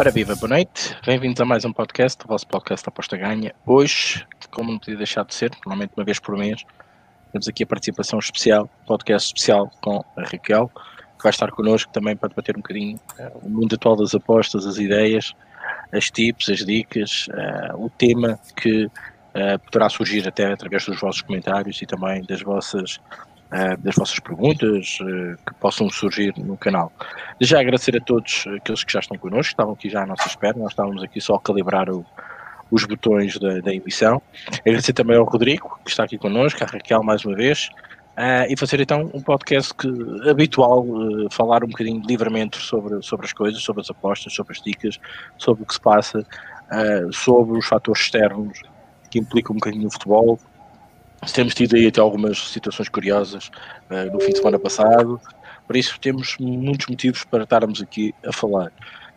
Ora viva, boa noite, bem-vindos a mais um podcast, o vosso podcast Aposta Ganha. Hoje, como não podia deixar de ser, normalmente uma vez por mês, temos aqui a participação especial, podcast especial com a Raquel, que vai estar connosco também para debater um bocadinho o mundo atual das apostas, as ideias, as tips, as dicas, o tema que poderá surgir até através dos vossos comentários e também das vossas perguntas que possam surgir no canal. Já agradecer a todos aqueles que já estão connosco, estavam aqui já à nossa espera, nós estávamos aqui só a calibrar os botões da emissão. Agradecer também ao Rodrigo, que está aqui connosco, à Raquel mais uma vez, e fazer então um podcast habitual, falar um bocadinho livremente sobre as coisas, sobre as apostas, sobre as dicas, sobre o que se passa, sobre os fatores externos que implicam um bocadinho no futebol. Temos tido aí até algumas situações curiosas no fim de semana passado, por isso temos muitos motivos para estarmos aqui a falar.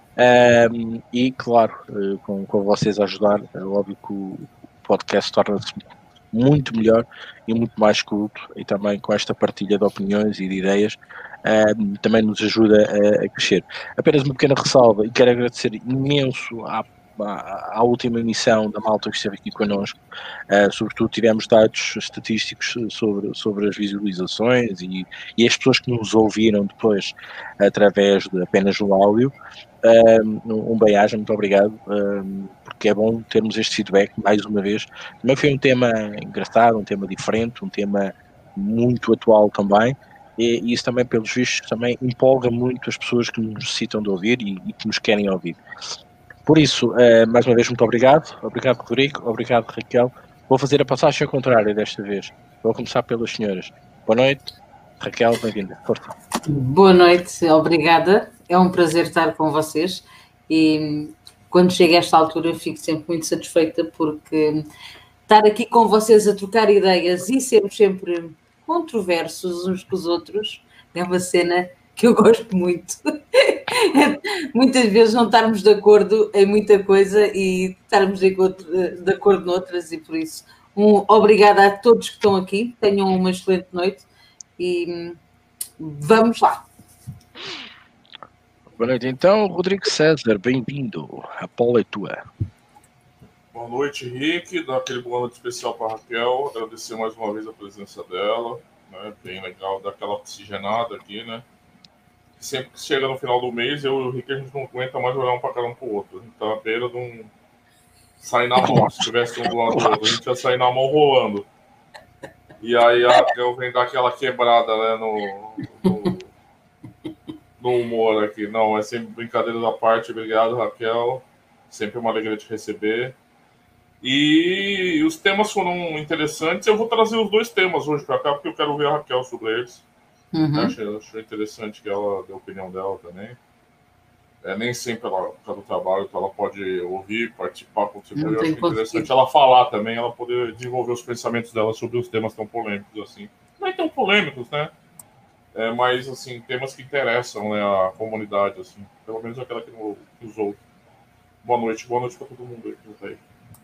E claro, com vocês a ajudar, é óbvio que o podcast torna-se muito melhor e muito mais culto, e também com esta partilha de opiniões e de ideias também nos ajuda a crescer. Apenas uma pequena ressalva, e quero agradecer imenso à última emissão da malta que esteve aqui connosco. Sobretudo tivemos dados estatísticos sobre as visualizações e as pessoas que nos ouviram depois através de apenas do áudio. Um bem-aja, muito obrigado, porque é bom termos este feedback mais uma vez. Também foi um tema engraçado, um tema diferente, um tema muito atual também, e isso também, pelos vistos, também empolga muito as pessoas que nos necessitam de ouvir e que nos querem ouvir. Por isso, mais uma vez, muito obrigado. Obrigado, Rodrigo. Obrigado, Raquel. Vou fazer a passagem ao contrário desta vez. Vou começar pelas senhoras. Boa noite. Raquel, bem-vinda. Força. Boa noite, obrigada. É um prazer estar com vocês e quando chego a esta altura fico sempre muito satisfeita porque estar aqui com vocês a trocar ideias e sermos sempre controversos uns com os outros é uma cena que eu gosto muito. Muitas vezes não estarmos de acordo em muita coisa e estarmos de acordo noutras, e por isso obrigada a todos que estão aqui, tenham uma excelente noite e vamos lá. Boa noite, então, Rodrigo César, bem-vindo. A bola é tua. Boa noite, Henrique. Dar aquele boa noite especial para a Raquel. Agradecer mais uma vez a presença dela. Né? Bem legal, dar aquela oxigenada aqui, né? Sempre que chega no final do mês, eu e o Henrique, a gente não aguenta mais olhar um para cada um para o outro. A gente tá à beira de um... sair na mão. Se tivesse um do lado do outro, a gente ia sair na mão rolando. E aí a Raquel vem dar aquela quebrada, né, no humor aqui. Não, é sempre brincadeira da parte. Obrigado, Raquel. Sempre uma alegria te receber. E os temas foram interessantes. Eu vou trazer os dois temas hoje para cá, porque eu quero ver a Raquel sobre eles. Achei interessante que ela dê a opinião dela também. Nem sempre ela, por causa do trabalho, então ela pode ouvir, participar, eu acho interessante ela falar também, ela poder desenvolver os pensamentos dela sobre os temas tão polêmicos assim. Não é tão polêmicos, né? Mas, assim, temas que interessam, né, a comunidade, assim. Pelo menos aquela que nos ouve. Boa noite para todo mundo aí.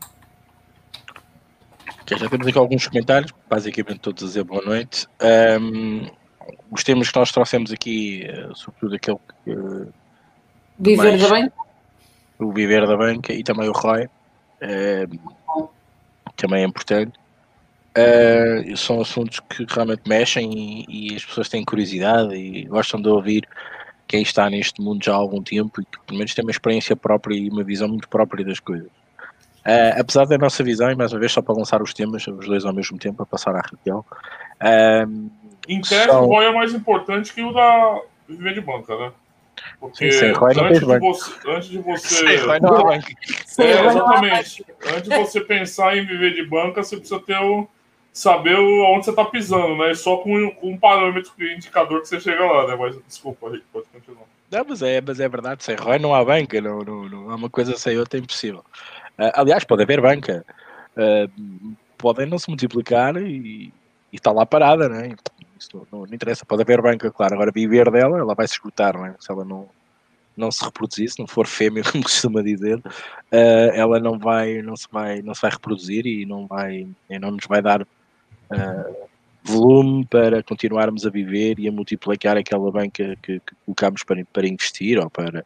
Já temos aqui alguns comentários, basicamente todos a dizer boa noite. Os temas que nós trouxemos aqui, sobretudo aquele que... Viver da Banca. O Viver da Banca e também o ROI, também é importante. São assuntos que realmente mexem e as pessoas têm curiosidade e gostam de ouvir quem está neste mundo já há algum tempo e que pelo menos tem uma experiência própria e uma visão muito própria das coisas. Apesar da nossa visão, e mais uma vez só para lançar os temas, os dois ao mesmo tempo, a passar à Raquel. Em teste, o ROI é mais importante que o da Viver de Banca, né? Porque sim, antes de você... Sem ROI não há banca. Exatamente. Antes de você pensar em viver de banca, você precisa saber onde você está pisando, né? Só com um parâmetro, indicador que você chega lá, né? Mas desculpa, Rick, pode continuar. Não, mas é verdade, sem ROI não há banca, não há uma coisa sem outra, é impossível. Aliás, pode haver banca, podem não se multiplicar e está lá parada, né? Isso não interessa, pode haver banca, claro, agora viver dela, ela vai se esgotar, né? Se ela não se reproduzir, se não for fêmea, como costuma dizer, ela não se vai reproduzir e não nos vai dar volume para continuarmos a viver e a multiplicar aquela banca que colocamos para investir ou para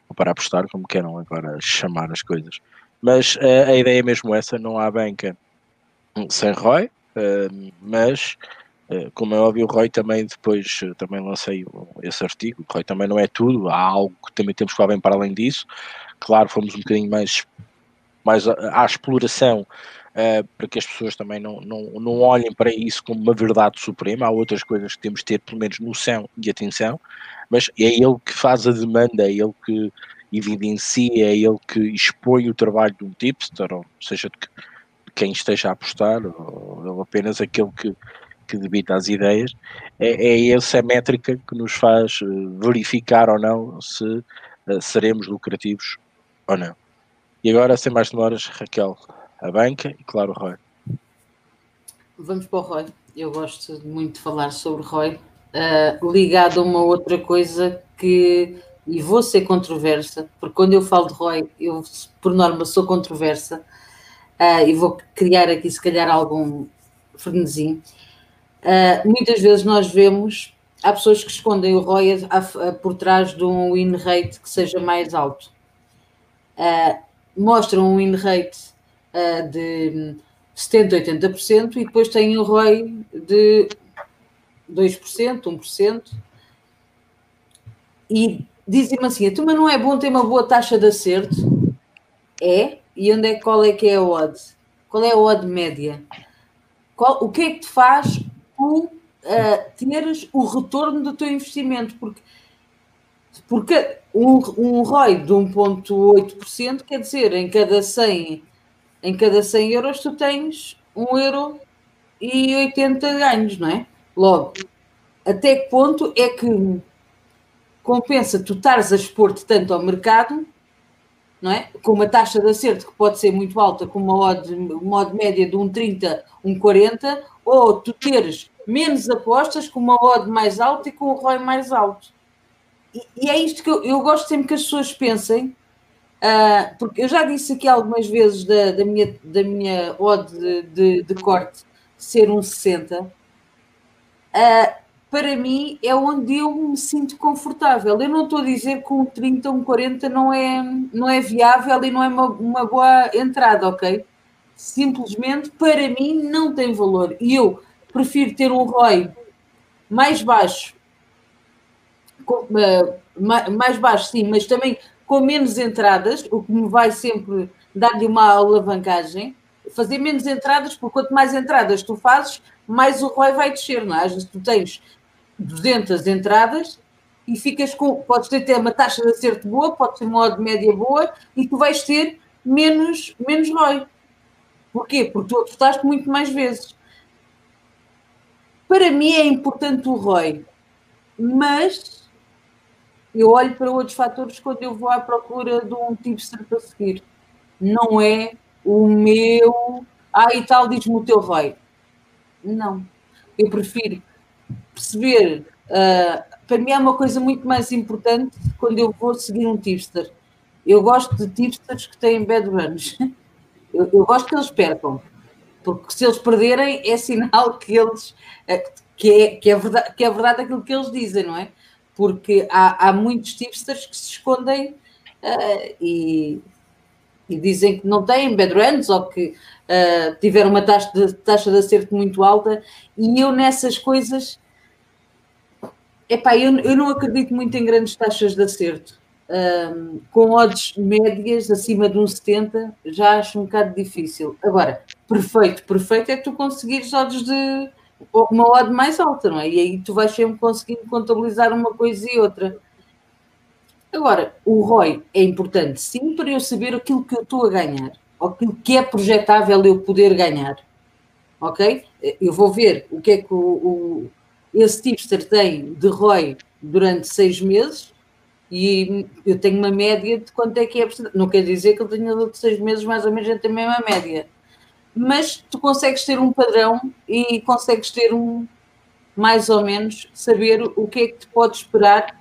ou para apostar, como queiram agora chamar as coisas. Mas a ideia é mesmo essa, não há banca sem ROI, mas como é óbvio, o ROI também depois também lancei esse artigo, o ROI também não é tudo, há algo que também temos que ir bem para além disso. Claro, fomos um bocadinho mais à exploração, para que as pessoas também não olhem para isso como uma verdade suprema. Há outras coisas que temos de ter pelo menos noção e atenção, mas é ele que faz a demanda, é ele que evidencia, é ele que expõe o trabalho de um tipster, ou seja, de quem esteja a apostar, ou apenas aquele que debita as ideias. É essa a métrica que nos faz verificar ou não se seremos lucrativos ou não. E agora, sem mais demoras, Raquel, a banca e, claro, o ROI. Vamos para o ROI. Eu gosto muito de falar sobre ROI, ligado a uma outra coisa e vou ser controversa, porque quando eu falo de ROI, eu, por norma, sou controversa, e vou criar aqui, se calhar, algum frenesim. Muitas vezes nós vemos, há pessoas que escondem o ROI por trás de um win rate que seja mais alto. Mostram um win rate de 70%, 80% e depois têm o ROI de 2%, 1%. E dizem-me assim, mas não é bom ter uma boa taxa de acerto? É? E qual é que é a odd? Qual é a odd média? O que é que te faz tu teres o retorno do teu investimento? Porque um ROI de 1,8% quer dizer, em cada 100 euros tu tens 1,80 € ganhos, não é? Logo, até que ponto é que compensa tu estares a expor-te tanto ao mercado, não é? Com uma taxa de acerto que pode ser muito alta, com uma odd média de 1,30, 1,40, ou tu teres menos apostas com uma odd mais alta e com o ROI mais alto. E é isto que eu gosto sempre que as pessoas pensem, porque eu já disse aqui algumas vezes da minha odd de corte ser 1,60. Para mim é onde eu me sinto confortável. Eu não estou a dizer que um 30, um 40 não é viável e não é uma boa entrada, ok? Simplesmente, para mim, não tem valor. E eu prefiro ter um ROI mais baixo, mais baixo sim, mas também com menos entradas, o que me vai sempre dar-lhe uma alavancagem. Fazer menos entradas, porque quanto mais entradas tu fazes, mais o ROI vai descer, não é? Às vezes tu tens 200 entradas e ficas podes ter uma taxa de acerto boa, pode ter uma odd média boa e tu vais ter menos ROI. Porquê? Porque tu apostaste muito mais vezes. Para mim é importante o ROI, mas eu olho para outros fatores quando eu vou à procura de um tipster para seguir. Não é o meu... e tal, diz-me o teu ROI. Não. Eu prefiro perceber... para mim é uma coisa muito mais importante quando eu vou seguir um tipster. Eu gosto de tipsters que têm bad runs. Eu gosto que eles percam. Porque se eles perderem é sinal que eles... que é verdade aquilo que eles dizem, não é? Porque há muitos tipsters que se escondem e dizem que não têm bad runs ou que tiveram uma taxa de acerto muito alta, e eu nessas coisas eu não acredito muito em grandes taxas de acerto. Com odds médias acima de 1,70 já acho um bocado difícil. Agora, perfeito é que tu conseguires odds de uma odd mais alta, não é? E aí tu vais sempre conseguindo contabilizar uma coisa e outra. Agora, o ROI é importante sim para eu saber aquilo que eu estou a ganhar, ou aquilo que é projetável eu poder ganhar, ok? Eu vou ver o que é que esse tipster tem de ROI durante 6 meses e eu tenho uma média de quanto é que é. Não quer dizer que eu tenha de 6 meses mais ou menos a mesma média, mas tu consegues ter um padrão e consegues ter mais ou menos saber o que é que te pode esperar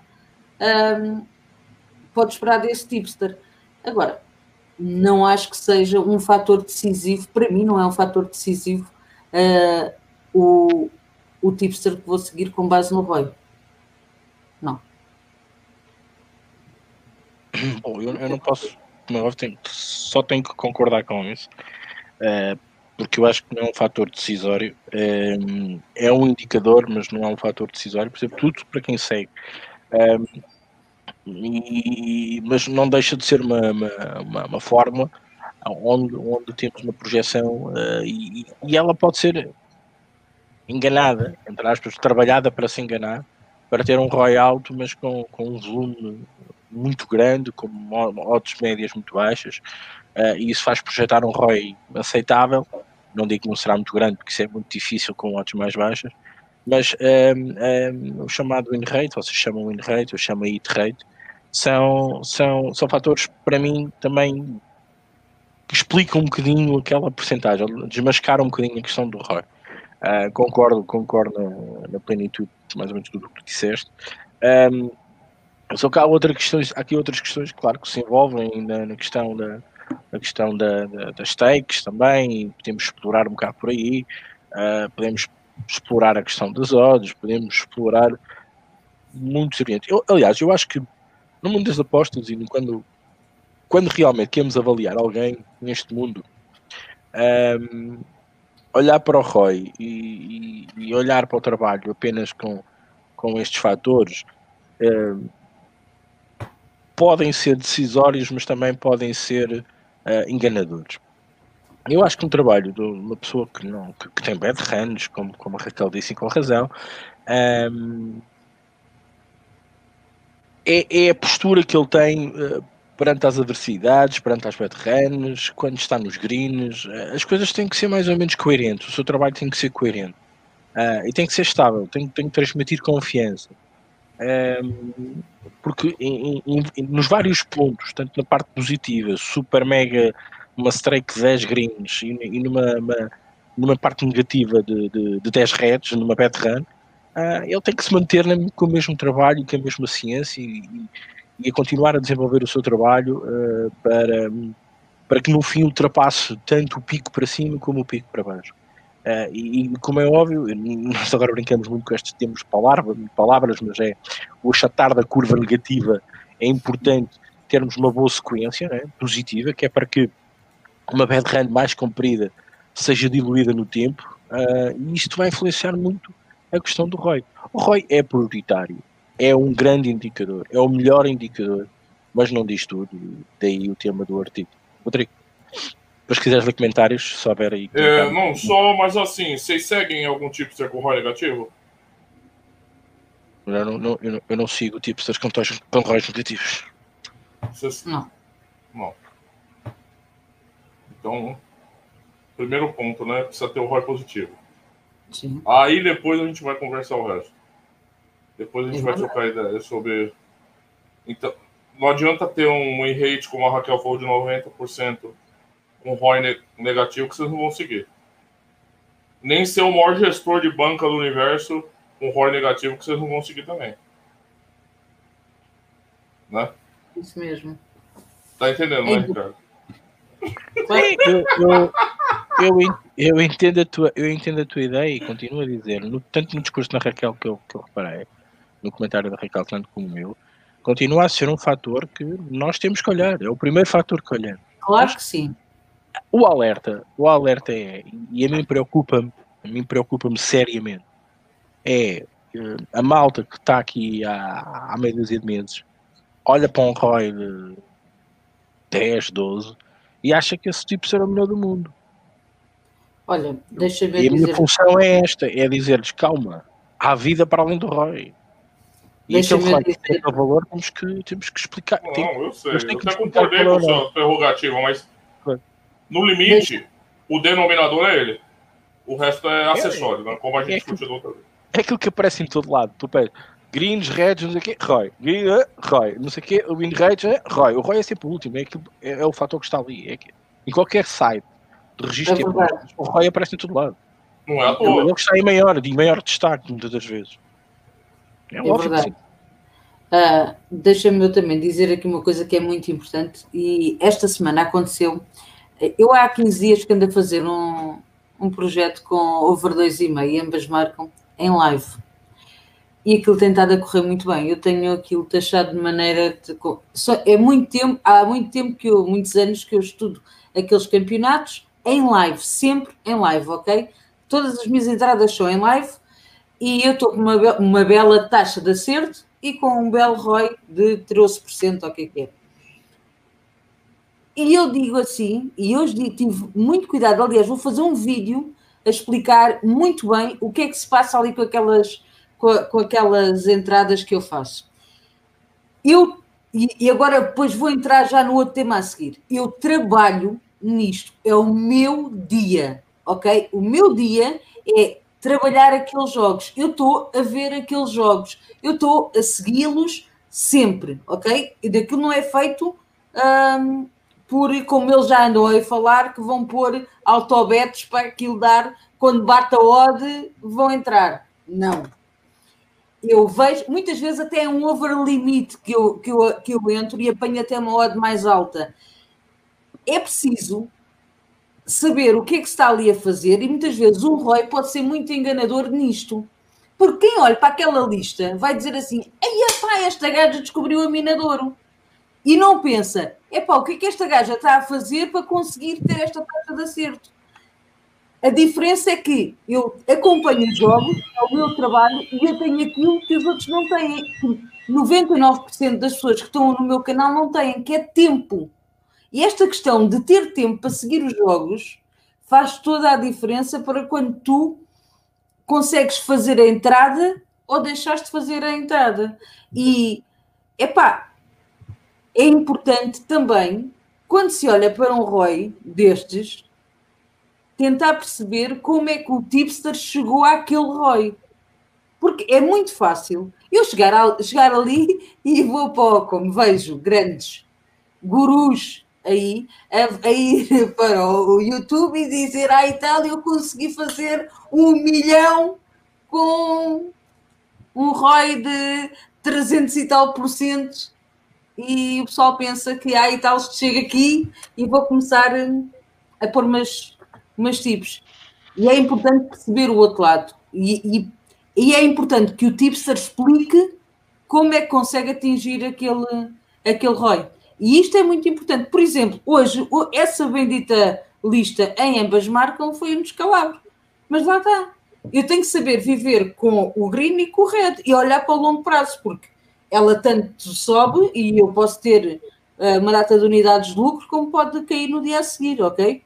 desse tipster. Agora, não acho que seja um fator decisivo, para mim não é um fator decisivo o tipster que vou seguir com base no ROI. Não. Bom, eu não posso, como é óbvio, só tenho que concordar com isso, porque eu acho que não é um fator decisório, é um indicador, mas não é um fator decisório, por exemplo, tudo para quem segue. Mas não deixa de ser uma fórmula onde temos uma projeção e ela pode ser enganada, entre aspas, trabalhada para se enganar, para ter um ROI alto, mas com um volume muito grande, com odds médias muito baixas, e isso faz projetar um ROI aceitável. Não digo que não será muito grande, porque isso é muito difícil com odds mais baixas, mas o chamado win rate, vocês chamam win rate, eu chamo hit rate, são fatores, para mim, também que explicam um bocadinho aquela porcentagem, desmascaram um bocadinho a questão do ROI. Concordo na plenitude, mais ou menos tudo o que tu disseste. Só que há aqui outras questões, claro, que se envolvem na questão das stakes também, e podemos explorar um bocado por aí, podemos explorar a questão das odds, podemos explorar muitos orientes. Aliás, eu acho que no mundo das apostas e quando realmente queremos avaliar alguém neste mundo, olhar para o ROI e olhar para o trabalho apenas com estes fatores podem ser decisórios, mas também podem ser enganadores. Eu acho que um trabalho de uma pessoa que tem bad runs, como a Raquel disse e com razão, é a postura que ele tem perante as adversidades, perante as bad runs, quando está nos greens. As coisas têm que ser mais ou menos coerentes, o seu trabalho tem que ser coerente e tem que ser estável, tem que transmitir confiança. Porque nos vários pontos, tanto na parte positiva, super mega, uma strike de 10 greens e numa parte negativa de 10 reds, numa bad run, ele tem que se manter com o mesmo trabalho, com a mesma ciência e a continuar a desenvolver o seu trabalho para que no fim ultrapasse tanto o pico para cima como o pico para baixo. E como é óbvio, nós agora brincamos muito com estes termos de palavras, mas o achatar da curva negativa. É importante termos uma boa sequência, né, positiva, que é para que uma bad run mais comprida seja diluída no tempo, e isto vai influenciar muito a questão do ROI. O ROI é prioritário, é um grande indicador, é o melhor indicador, mas não diz tudo, daí o tema do artigo. Rodrigo, depois se quiseres ver comentários, se houver aí. Não só, mas assim, vocês seguem algum tipster com ROI negativo? Eu não sigo tipsters com ROIs negativos. Não. Então, primeiro ponto, né? Precisa ter o ROI positivo. Sim. Aí depois a gente vai conversar o resto. Depois a gente vai trocar ideia sobre... Então, não adianta ter um win rate, como a Raquel falou, de 90%, com ROI negativo, que vocês não vão seguir. Nem ser o maior gestor de banca do universo com ROI negativo, que vocês não vão seguir também. Né? Isso mesmo. Tá entendendo, né, Ricardo? Eu entendo a tua ideia e continuo a dizer, tanto no discurso da Raquel que eu reparei, no comentário da Raquel, tanto como o meu, continua a ser um fator que nós temos que olhar. É o primeiro fator que olhamos. Claro que sim. O alerta é, e a mim preocupa-me seriamente, é a malta que está aqui há meia dúzia de meses, olha para um ROI de 10, 12 e acha que esse tipo será o melhor do mundo. Olha, deixa-me dizer... E a minha função é esta, é dizer-lhes, calma, há vida para além do ROI. E aquele ROI que tem o valor, temos que explicar. Não, eu sei, eu até concordei com a sua prerrogativa, mas no limite, o denominador é ele. O resto é acessório, né? Como a gente discutiu outra vez. É aquilo que aparece em todo lado. Tu pega greens, reds, não sei o quê, ROI. Green, ROI. Não sei o quê, o win rate, ROI. O ROI é sempre o último, é o fator que está ali. Em qualquer site de registro de apostas, o ROI aparece em todo lado. Não é à toa. É o que está em maior destaque, muitas das vezes. É óbvio que sim. Deixa-me eu também dizer aqui uma coisa que é muito importante, e esta semana aconteceu. Eu há 15 dias que ando a fazer um projeto com over 2,5, ambas marcam em live. e aquilo tem estado a correr muito bem. Eu tenho aquilo taxado de maneira... há muito tempo muitos anos que eu estudo aqueles campeonatos em live, sempre em live, ok? Todas as minhas entradas são em live e eu estou com uma bela taxa de acerto e com um belo ROI de 13%, ou o que é. E eu digo assim, e hoje tive muito cuidado, aliás, vou fazer um vídeo a explicar muito bem o que é que se passa ali com aquelas entradas que eu faço. E agora depois vou entrar já no outro tema a seguir. Eu trabalho nisto, é o meu dia, ok? O meu dia é trabalhar aqueles jogos. Eu estou a ver aqueles jogos, eu estou a segui-los sempre, ok? E daquilo não é feito como eles já andam a falar, que vão pôr autobetos para aquilo dar, quando bate a odd, vão entrar. Não. Eu vejo, muitas vezes até é um over limit que eu entro e apanho até uma odd mais alta. É preciso saber o que é que se está ali a fazer e muitas vezes um ROI pode ser muito enganador nisto. Porque quem olha para aquela lista vai dizer assim, esta gaja descobriu a Minadouro. E não pensa, o que é que esta gaja está a fazer para conseguir ter esta taxa de acerto? A diferença é que eu acompanho os jogos, é o meu trabalho, e eu tenho aquilo que os outros não têm. 99% das pessoas que estão no meu canal não têm, que é tempo. E esta questão de ter tempo para seguir os jogos faz toda a diferença para quando tu consegues fazer a entrada ou deixaste de fazer a entrada. E, é importante também, quando se olha para um ROI destes, tentar perceber como é que o tipster chegou àquele ROI. Porque é muito fácil eu chegar ali e vou como vejo grandes gurus a ir para o YouTube e dizer e tal, eu consegui fazer 1 milhão com um ROI de 300 e tal %. E o pessoal pensa que e tal, chego aqui e vou começar a pôr umas tipos. E é importante perceber o outro lado. E é importante que o tipster explique como é que consegue atingir aquele ROI. E isto é muito importante. Por exemplo, hoje, essa bendita lista em ambas marcam foi um descalabro. Mas lá está. Eu tenho que saber viver com o green e com o red e olhar para o longo prazo, porque ela tanto sobe e eu posso ter uma data de unidades de lucro, como pode cair no dia a seguir, ok?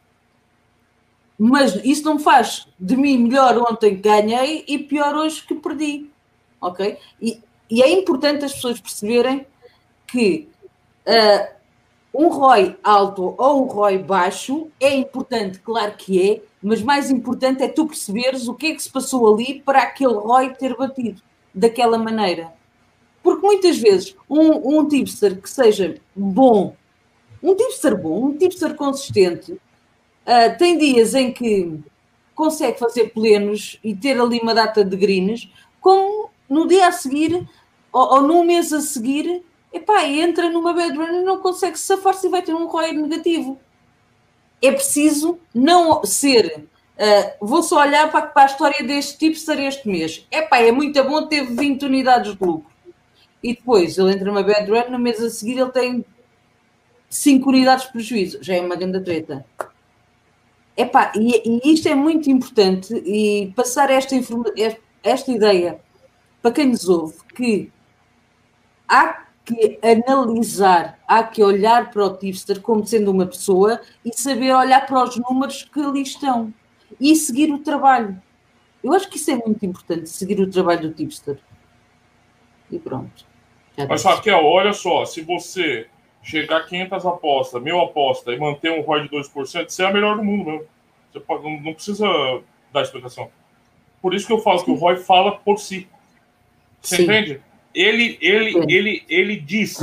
Mas isso não me faz de mim melhor ontem que ganhei e pior hoje que perdi, ok? E é importante as pessoas perceberem que um ROI alto ou um ROI baixo é importante, claro que é, mas mais importante é tu perceberes o que é que se passou ali para aquele ROI ter batido daquela maneira. Porque muitas vezes um tipster que seja bom, um tipster consistente, tem dias em que consegue fazer plenos e ter ali uma data de greens, como no dia a seguir ou num mês a seguir, entra numa bad run e não consegue se safar-se e vai ter um ROI negativo. É preciso não ser... vou só olhar para a história deste tipster este mês. É muito bom, teve 20 unidades de lucro. E depois ele entra numa bad run, no mês a seguir ele tem 5 unidades de prejuízo. Já é uma grande treta. E isto é muito importante e passar esta ideia para quem nos ouve, que há que analisar, há que olhar para o tipster como sendo uma pessoa e saber olhar para os números que ali estão e seguir o trabalho. Eu acho que isso é muito importante, seguir o trabalho do tipster. E pronto. Mas, Raquel, olha só, se você chegar a 500 apostas, 1000 apostas e manter um ROI de 2%, você é a melhor do mundo mesmo. Você não precisa dar explicação. Por isso que eu falo que o ROI fala por si. Você entende? Ele diz.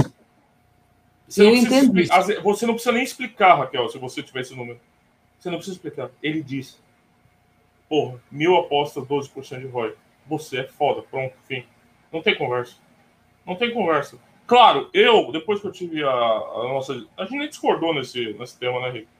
Você não precisa nem explicar, Raquel, se você tiver esse número. Você não precisa explicar. Ele diz. 1000 apostas, 12% de ROI. Você é foda. Pronto, fim. Não tem conversa. Não tem conversa. Claro, depois que eu tive a nossa... A gente nem discordou nesse tema, né, Rick?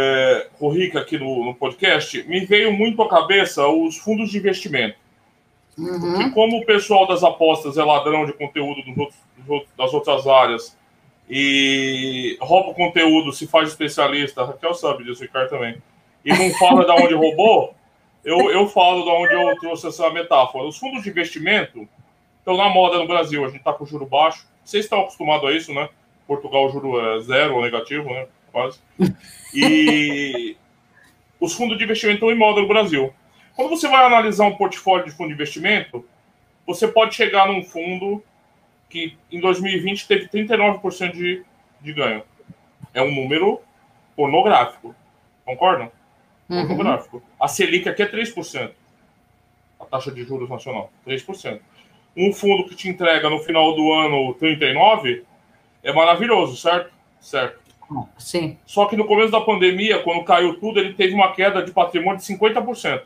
O Rick aqui no podcast, me veio muito à cabeça os fundos de investimento. Porque como o pessoal das apostas é ladrão de conteúdo das outras áreas e rouba o conteúdo, se faz especialista, a Raquel sabe disso, o Ricardo também, e não fala de onde roubou, eu falo de onde eu trouxe essa metáfora. Os fundos de investimento estão na moda no Brasil, a gente está com juro baixo. Vocês estão acostumados a isso, né? Portugal, o juro é zero ou negativo, né? Quase. E os fundos de investimento estão em moda no Brasil. Quando você vai analisar um portfólio de fundo de investimento, você pode chegar num fundo que em 2020 teve 39% de ganho. É um número pornográfico. Concordam? Pornográfico. A Selic aqui é 3%. A taxa de juros nacional, 3%. Um fundo que te entrega no final do ano 39% é maravilhoso, certo? Certo. Sim. Só que no começo da pandemia, quando caiu tudo, ele teve uma queda de patrimônio de 50%.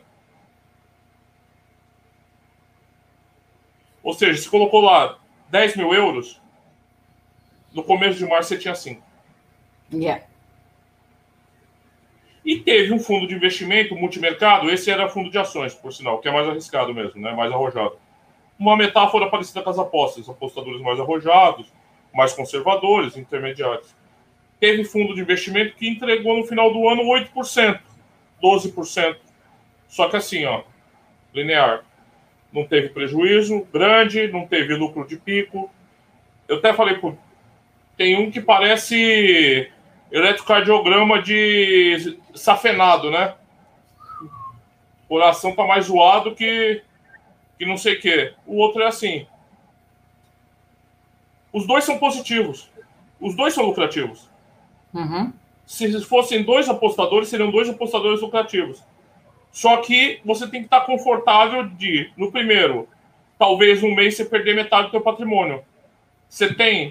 Ou seja, se colocou lá 10 mil euros, no começo de março você tinha 5. Yeah. E teve um fundo de investimento, multimercado, esse era fundo de ações, por sinal, que é mais arriscado mesmo, né? Mais arrojado. Uma metáfora parecida com as apostas, apostadores mais arrojados, mais conservadores, intermediários. Teve fundo de investimento que entregou no final do ano 8%, 12%. Só que assim, ó, linear. Não teve prejuízo grande, não teve lucro de pico. Eu até falei, tem um que parece eletrocardiograma de safenado, né? O coração tá mais zoado que não sei o quê. O outro é assim. Os dois são positivos. Os dois são lucrativos. Se fossem dois apostadores, seriam dois apostadores lucrativos. Só que você tem que estar confortável de, no primeiro, talvez um mês você perder metade do seu patrimônio. Você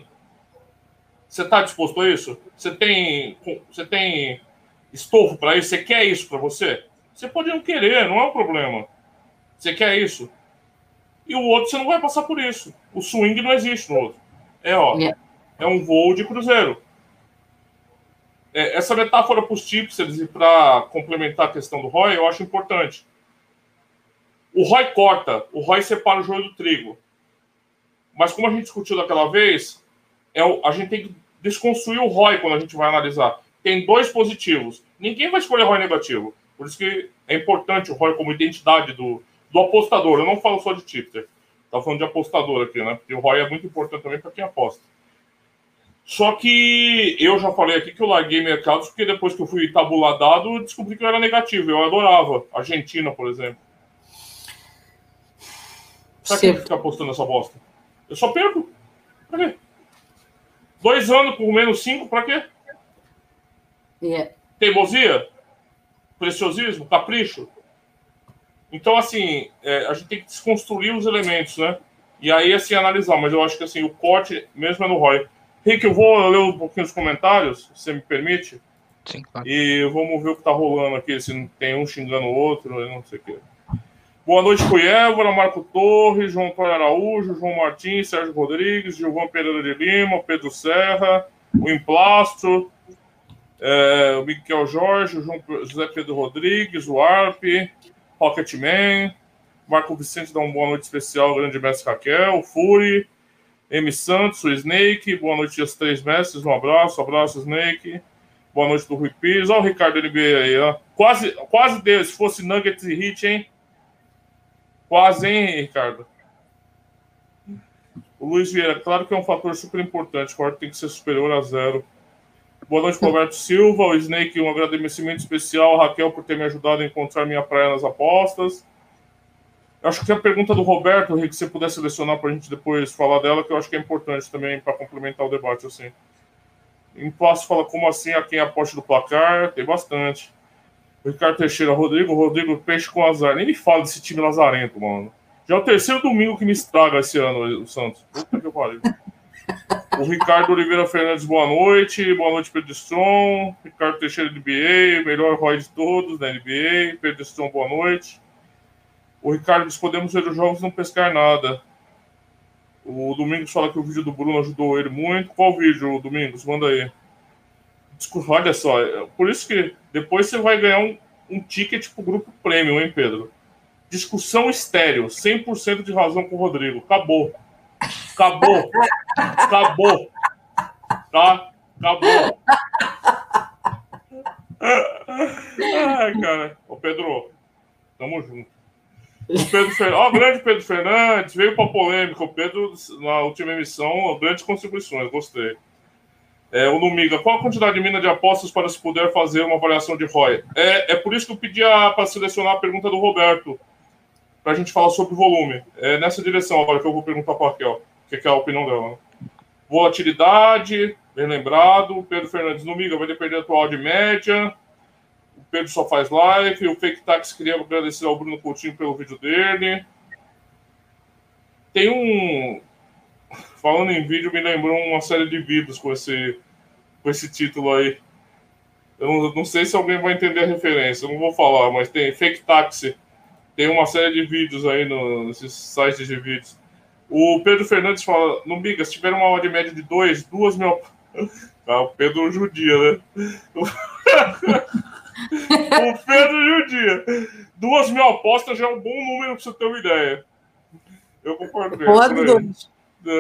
está disposto a isso? Você tem estofo para isso? Você quer isso para você? Você pode não querer, não é um problema. Você quer isso? E o outro, você não vai passar por isso. O swing não existe no outro. É um voo de cruzeiro. Essa metáfora para os tipsters e para complementar a questão do ROI, eu acho importante. O ROI corta, o ROI separa o joio do trigo. Mas como a gente discutiu daquela vez, a gente tem que desconstruir o ROI quando a gente vai analisar. Tem dois positivos. Ninguém vai escolher ROI negativo. Por isso que é importante o ROI como identidade do apostador. Eu não falo só de tipster. Estou falando de apostador aqui, né? Porque o ROI é muito importante também para quem aposta. Só que eu já falei aqui que eu larguei mercados porque depois que eu fui tabular dado, eu descobri que eu era negativo. Eu adorava. Argentina, por exemplo. Pra que ficar apostando nessa bosta? Eu só perco. Pra quê? 2 anos com menos 5, pra quê? Teimosia? Preciosismo? Capricho? Então, assim, a gente tem que desconstruir os elementos, né? E aí, assim, analisar. Mas eu acho que, assim, o corte mesmo é no ROI. Rick, eu vou ler um pouquinho os comentários, se você me permite. Sim, claro. E vamos ver o que tá rolando aqui, se não tem um xingando o outro, eu não sei o quê. Boa noite, Cuiébora, Marco Torres, João Antônio Araújo, João Martins, Sérgio Rodrigues, Gilvan Pereira de Lima, Pedro Serra, o Emplastro, o Miquel Jorge, o José Pedro Rodrigues, o Arp, Rocketman, Marco Vicente dá uma boa noite especial, grande mestre Raquel, o Fury, M. Santos, o Snake, boa noite aos 3 mestres, um abraço, Snake, boa noite do Rui Pires, olha o Ricardo NBA aí, ó. Quase deu, se fosse Nuggets e Heat, hein? Quase, hein, Ricardo? O Luiz Vieira, claro que é um fator super importante, o tem que ser superior a 0. Boa noite, Roberto Silva, o Snake, um agradecimento especial, Raquel, por ter me ajudado a encontrar minha praia nas apostas. Eu acho que a pergunta do Roberto, Rick, se você puder selecionar para a gente depois falar dela, que eu acho que é importante também para complementar o debate, assim. Em Passo fala, como assim, a quem aposta do placar? Tem bastante. O Ricardo Teixeira, Rodrigo, peixe com azar. Nem me fala desse time lazarento, mano. Já é o 3º domingo que me estraga esse ano, o Santos. Puta que eu pariu. O Ricardo Oliveira Fernandes, boa noite, Pedro Strom. Ricardo Teixeira, NBA, melhor ROI de todos da NBA. Pedro Strom, boa noite. O Ricardo diz, podemos ver os jogos e não pescar nada. O Domingos fala que o vídeo do Bruno ajudou ele muito. Qual vídeo, Domingos? Manda aí. Desculpa, olha só. Por isso que depois você vai ganhar um ticket pro grupo premium, hein, Pedro? Discussão estéreo. 100% de razão com o Rodrigo. Acabou. Acabou. Acabou. Tá? Acabou. Ai, cara. Ô, Pedro, tamo junto. O grande Pedro Fernandes veio pra polêmica. O Pedro, na última emissão, grandes contribuições. Gostei. O Numiga, qual a quantidade de mina de apostas para se puder fazer uma avaliação de ROI? É por isso que eu pedi para selecionar a pergunta do Roberto, para a gente falar sobre volume. É nessa direção agora que eu vou perguntar para a Raquel, que é a opinião dela. Né? Volatilidade, bem lembrado. Pedro Fernandes, Numiga, vai depender da tua odd média. O Pedro só faz live. O Fake Tax queria agradecer ao Bruno Coutinho pelo vídeo dele. Tem um... Falando em vídeo, me lembrou uma série de vídeos com esse título aí. Eu não sei se alguém vai entender a referência, eu não vou falar, mas tem Fake Taxi. Tem uma série de vídeos aí nesses sites de vídeos. O Pedro Fernandes fala, no Biga, se tiver uma odd média de 2 mil... Ah, o Pedro judia, né? O Pedro judia. 2 mil apostas já é um bom número pra você ter uma ideia. Eu concordo com ele.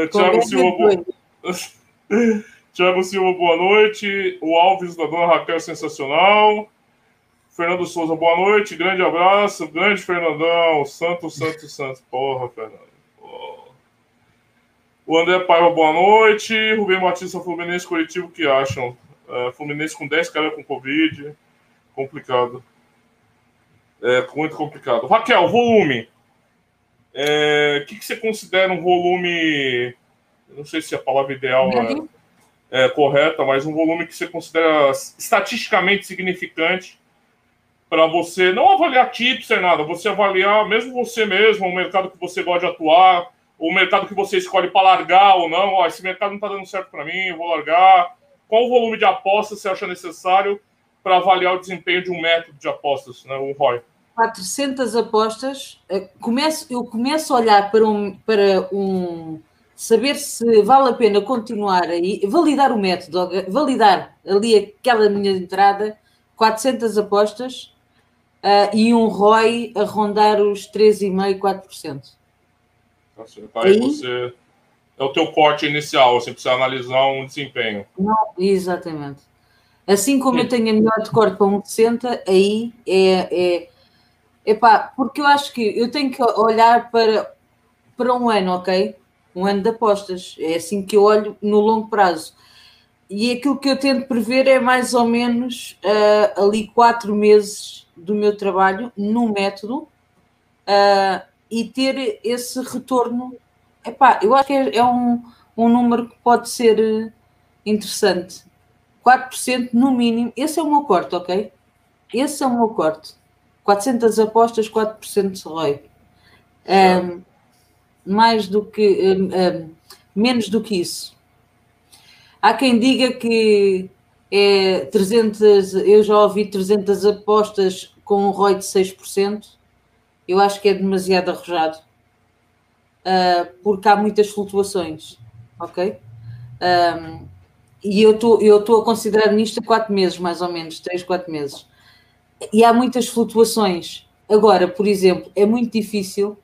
Thiago Silva, boa noite. O Alves da Dona Raquel, sensacional. Fernando Souza, boa noite. Grande abraço. Grande Fernandão. Santos. Porra, Fernando. Porra. O André Paiva, boa noite. Rubem Batista, Fluminense, Curitiba, o que acham? Fluminense com 10 caras com Covid. Complicado. Muito complicado. Raquel, volume. O que você considera um volume, não sei se a palavra ideal é correta, mas um volume que você considera estatisticamente significante para você não avaliar tipster, nada, você avaliar mesmo você mesmo, o mercado que você gosta de atuar, o mercado que você escolhe para largar ou não, esse mercado não está dando certo para mim, eu vou largar. Qual o volume de apostas você acha necessário para avaliar o desempenho de um método de apostas, né, o ROI? 400 apostas, eu começo a olhar para saber se vale a pena continuar aí, validar o método, validar ali aquela minha entrada, 400 apostas e um ROI a rondar os 3,5%, 4%. Aí você... É o teu corte inicial, você precisa analisar um desempenho. Não, exatamente. Assim como eu tenho a melhor de corte para 1,60, aí Epá, porque eu acho que eu tenho que olhar para um ano, ok? Um ano de apostas. É assim que eu olho no longo prazo. E aquilo que eu tento prever é mais ou menos ali 4 meses do meu trabalho no método e ter esse retorno. Epá, eu acho que é um número que pode ser interessante. 4% no mínimo. Esse é o meu corte, ok? Esse é o meu corte. 400 apostas, 4% de ROI. Mais do que... menos do que isso. Há quem diga que é 300... Eu já ouvi 300 apostas com um ROI de 6%. Eu acho que é demasiado arrojado. Porque há muitas flutuações. Ok? E eu estou a considerar nisto 4 meses, mais ou menos. 3, 4 meses. E há muitas flutuações. Agora, por exemplo, é muito difícil,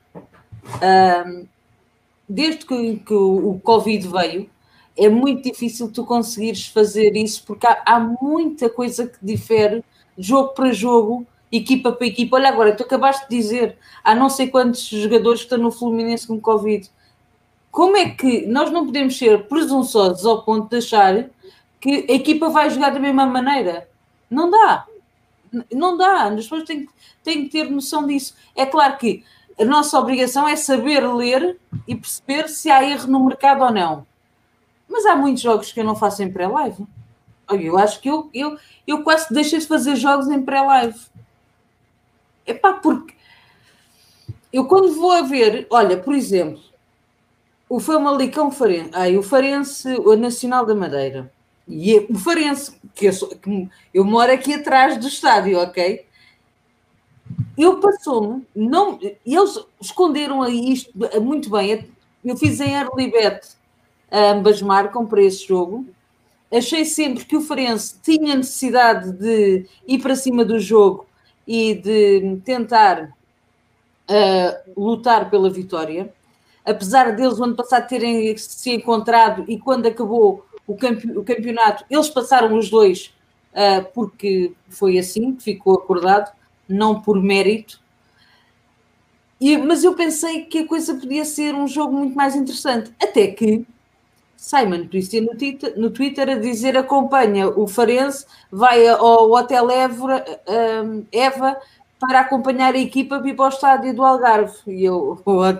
desde que o Covid veio, é muito difícil tu conseguires fazer isso, porque há muita coisa que difere jogo para jogo, equipa para equipa. Olha agora, tu acabaste de dizer, há não sei quantos jogadores que estão no Fluminense com Covid. Como é que nós não podemos ser presunçosos ao ponto de achar que a equipa vai jogar da mesma maneira? Não dá. Não dá, as pessoas têm que ter noção disso. É claro que a nossa obrigação é saber ler e perceber se há erro no mercado ou não. Mas há muitos jogos que eu não faço em pré-live. Eu acho que eu quase deixei de fazer jogos em pré-live. Epá, porque eu quando vou a ver, olha, por exemplo, o Famalicão Farense, o Farense, o Nacional da Madeira. E o Farense, que eu moro aqui atrás do estádio, ok? Eu passou-me, eles esconderam aí isto muito bem. Eu fiz em early bet, ambas marcam para esse jogo. Achei sempre que o Farense tinha necessidade de ir para cima do jogo e de tentar lutar pela vitória. Apesar deles, o ano passado, terem se encontrado e quando acabou o campeonato, eles passaram os dois porque foi assim que ficou acordado, não por mérito. Mas eu pensei que a coisa podia ser um jogo muito mais interessante. Até que Simon Christian no Twitter a dizer acompanha o Farense, vai ao Hotel Eva para acompanhar a equipa para ir para o estádio do Algarve. E eu, what?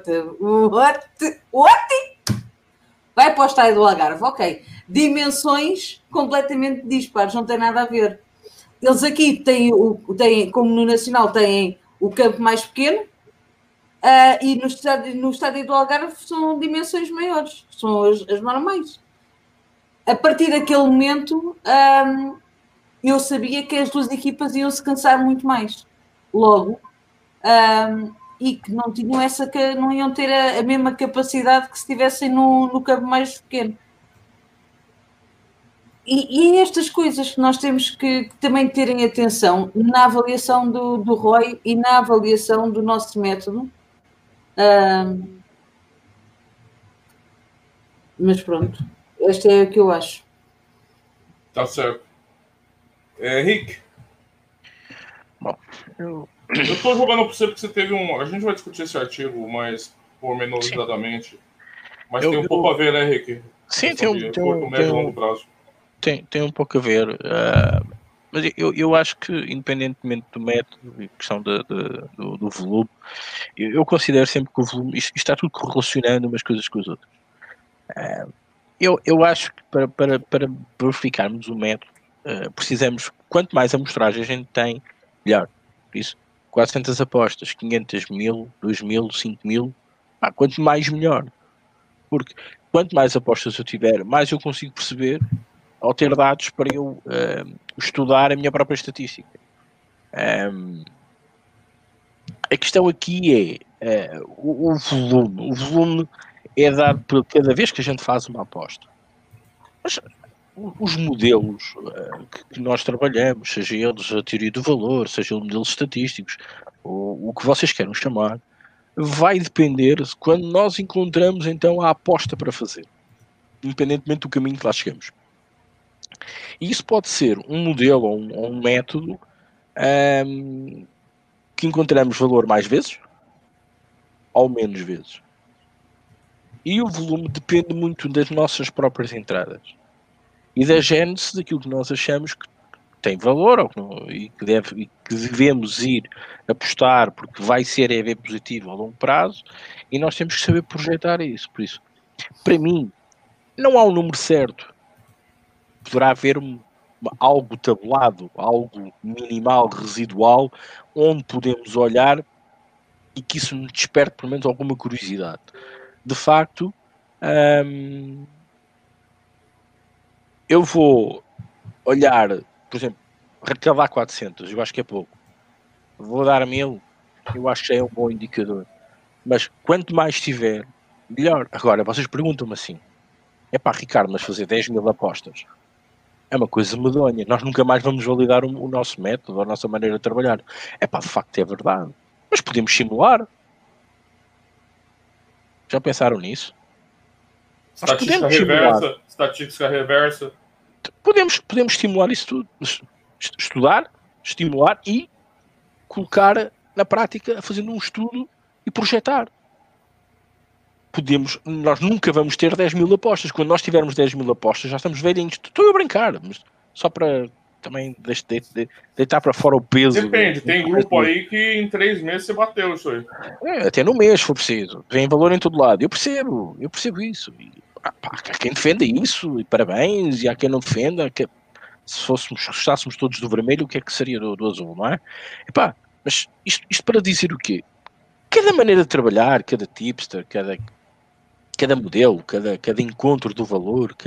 Vai para o estádio do Algarve, ok. Dimensões completamente dispares, não tem nada a ver. Eles aqui têm, como no Nacional, têm o campo mais pequeno, e no estádio do Algarve são dimensões maiores, são as normais. A partir daquele momento, eu sabia que as duas equipas iam se cansar muito mais. Logo, e que não tinham não iam ter a mesma capacidade que se estivessem no campo mais pequeno. E estas coisas que nós temos que também terem atenção na avaliação do ROI e na avaliação do nosso método. Mas pronto, esta é o que eu acho. Tá certo. Rick? Bom, eu tô jogando pra você porque você teve a gente vai discutir esse artigo mais pormenorizadamente. Mas tem um pouco a ver, né, Rick? Sim, tem curto, médio e longo prazo. Tem um pouco a ver. Mas eu acho que, independentemente do método e questão do volume, eu considero sempre que o volume, isto está tudo correlacionando umas coisas com as outras. Eu acho que para verificarmos o método, precisamos, quanto mais amostragem a gente tem, melhor. Por isso, 400 apostas, 500 mil, 2 mil, 5 mil, quanto mais melhor. Porque quanto mais apostas eu tiver, mais eu consigo perceber ao ter dados para eu estudar a minha própria estatística. A questão aqui é o volume. O volume é dado por cada vez que a gente faz uma aposta. Mas os modelos que nós trabalhamos, seja eles a teoria do valor, seja os modelos estatísticos, ou o que vocês queiram chamar, vai depender de quando nós encontramos então a aposta para fazer, independentemente do caminho que lá chegamos. E isso pode ser um modelo ou um método que encontramos valor mais vezes ou menos vezes. E o volume depende muito das nossas próprias entradas e da gênese daquilo que nós achamos que tem valor e que devemos ir apostar porque vai ser EV positivo a longo prazo, e nós temos que saber projetar isso. Por isso, para mim, não há um número certo. Poderá haver algo tabulado, algo minimal, residual, onde podemos olhar e que isso nos desperte pelo menos alguma curiosidade. De facto, eu vou olhar, por exemplo, recavar 400, eu acho que é pouco. Vou dar 1000, eu acho que é um bom indicador. Mas quanto mais tiver, melhor. Agora, vocês perguntam-me assim, Ricardo, mas fazer 10 mil apostas é uma coisa medonha. Nós nunca mais vamos validar o nosso método, a nossa maneira de trabalhar. De facto é verdade. Mas podemos simular. Já pensaram nisso? Estatística reversa. Estatística reversa. Podemos estimular isso tudo. Estudar, estimular e colocar na prática, fazendo um estudo e projetar. Nós nunca vamos ter 10 mil apostas. Quando nós tivermos 10 mil apostas, já estamos velhinhos. Estou a brincar, mas só para também deitar para fora o peso. Depende, tem grupo aí que em 3 meses você bateu isso aí. Até no mês, se for preciso. Vem valor em todo lado. Eu percebo isso. E, há quem defenda isso, e parabéns, e há quem não defenda. Se gostássemos todos do vermelho, o que é que seria do azul, não é? Mas isto para dizer o quê? Cada maneira de trabalhar, cada tipster, cada modelo, cada encontro do valor,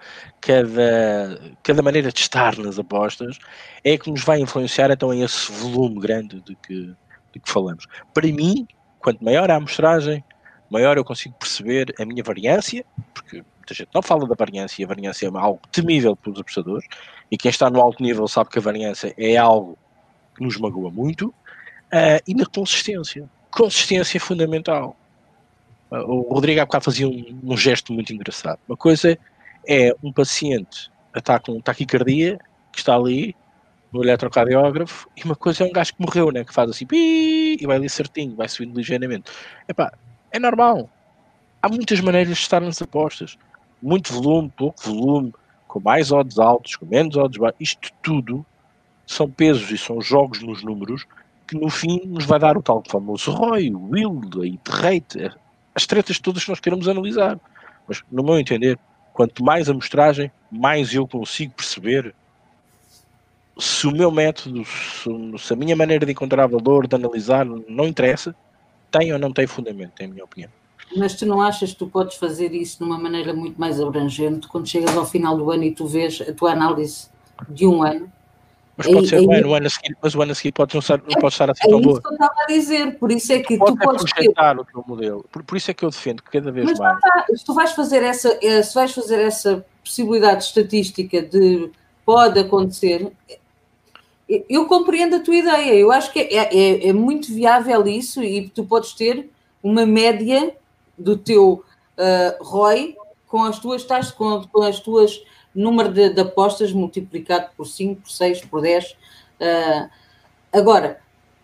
cada maneira de estar nas apostas é que nos vai influenciar então em esse volume grande de que falamos. Para mim, quanto maior a amostragem, maior eu consigo perceber a minha variância, porque muita gente não fala da variância, e a variância é algo temível pelos apostadores, e quem está no alto nível sabe que a variância é algo que nos magoa muito, e na consistência. consistência é fundamental. O Rodrigo há bocado fazia um gesto muito engraçado. Uma coisa é um paciente que está com taquicardia, que está ali no eletrocardiógrafo, e uma coisa é um gajo que morreu, né? Que faz assim, pi, e vai ali certinho, vai subindo ligeiramente. Epá, é normal. Há muitas maneiras de estar nas apostas. Muito volume, pouco volume, com mais odds altos, com menos odds baixos. Isto tudo são pesos e são jogos nos números que no fim nos vai dar o tal famoso ROI, o yield, a hit rate, as tretas todas que nós queremos analisar. Mas, no meu entender, quanto mais amostragem, mais eu consigo perceber se o meu método, se a minha maneira de encontrar valor, de analisar, não interessa, tem ou não tem fundamento, é a minha opinião. Mas tu não achas que tu podes fazer isso de uma maneira muito mais abrangente quando chegas ao final do ano e tu vês a tua análise de um ano? Mas pode ser o ano a seguir, mas o ano a seguir pode não estar assim tão boa. É isso que eu estava a dizer, por isso é que tu podes projetar o teu modelo. Por isso é que eu defendo que cada vez mais... se tu vais fazer essa possibilidade estatística de pode acontecer, eu compreendo a tua ideia. Eu acho que é muito viável isso e tu podes ter uma média do teu ROI com as tuas taxas, com as tuas número de apostas multiplicado por 5, por 6, por 10. Agora,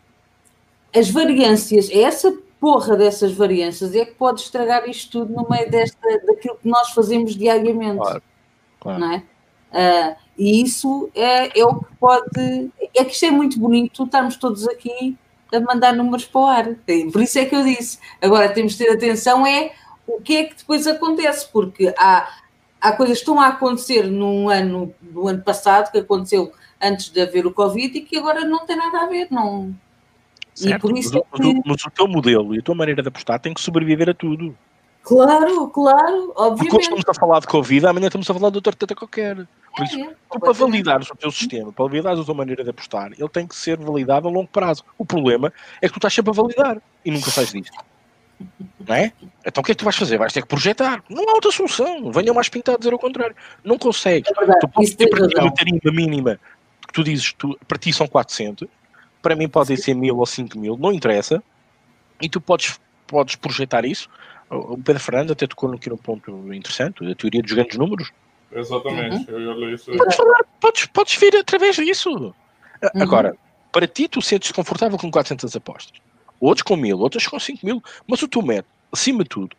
as variâncias, essa porra dessas variâncias é que pode estragar isto tudo no meio daquilo que nós fazemos diariamente. Claro. Não é? E isso é o que pode... É que isto é muito bonito, estarmos todos aqui a mandar números para o ar. Por isso é que eu disse. Agora, temos de ter atenção o que é que depois acontece, porque há coisas que estão a acontecer no ano passado, que aconteceu antes de haver o Covid e que agora não tem nada a ver, não... Certo, e por isso mas o teu modelo e a tua maneira de apostar tem que sobreviver a tudo. Claro, obviamente. Porque hoje estamos a falar de Covid, amanhã estamos a falar de outra treta qualquer. Por isso, para validares o teu sistema, para validares a tua maneira de apostar, ele tem que ser validado a longo prazo. O problema é que tu estás sempre a validar e nunca sais disto. Não é? Então o que é que tu vais fazer? Vais ter que projetar. Não há outra solução. Venham mais pintar a dizer o contrário. Não consegues. Tu podes ter para ti uma tarimba mínima que tu dizes, para ti são 400, para mim podem ser 1000 ou 5000, não interessa. E tu podes projetar isso. O Pedro Fernando até tocou aqui num ponto interessante, a teoria dos grandes números. Exatamente. Eu li isso. Podes vir através disso. Agora, para ti, tu sentes confortável com 400 apostas. Outros com 1000, outros com 5000. Mas o teu método, acima de tudo,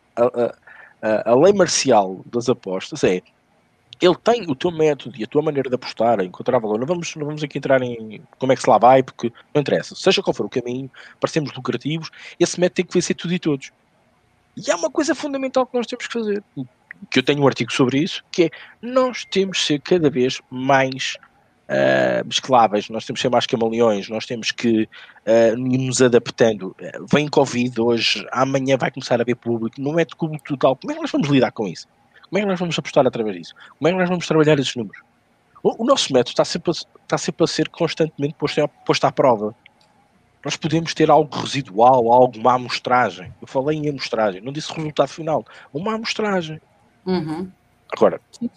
a lei marcial das apostas é: ele tem o teu método e a tua maneira de apostar, a encontrar valor. Não vamos aqui entrar em como é que se lá vai, porque não interessa. Seja qual for o caminho, para sermos lucrativos, esse método tem que vencer tudo e todos. E há uma coisa fundamental que nós temos que fazer, que eu tenho um artigo sobre isso, que é: nós temos que ser cada vez mais escláveis, nós temos que ser mais camaleões, nós temos que ir nos adaptando. Vem Covid hoje, amanhã vai começar a haver público, não é de público total. Como é que nós vamos lidar com isso? Como é que nós vamos apostar através disso? Como é que nós vamos trabalhar esses números? O nosso método está sempre a ser constantemente posto à prova. Nós podemos ter algo residual, uma amostragem. Eu falei em amostragem, não disse resultado final. Uma amostragem. Agora,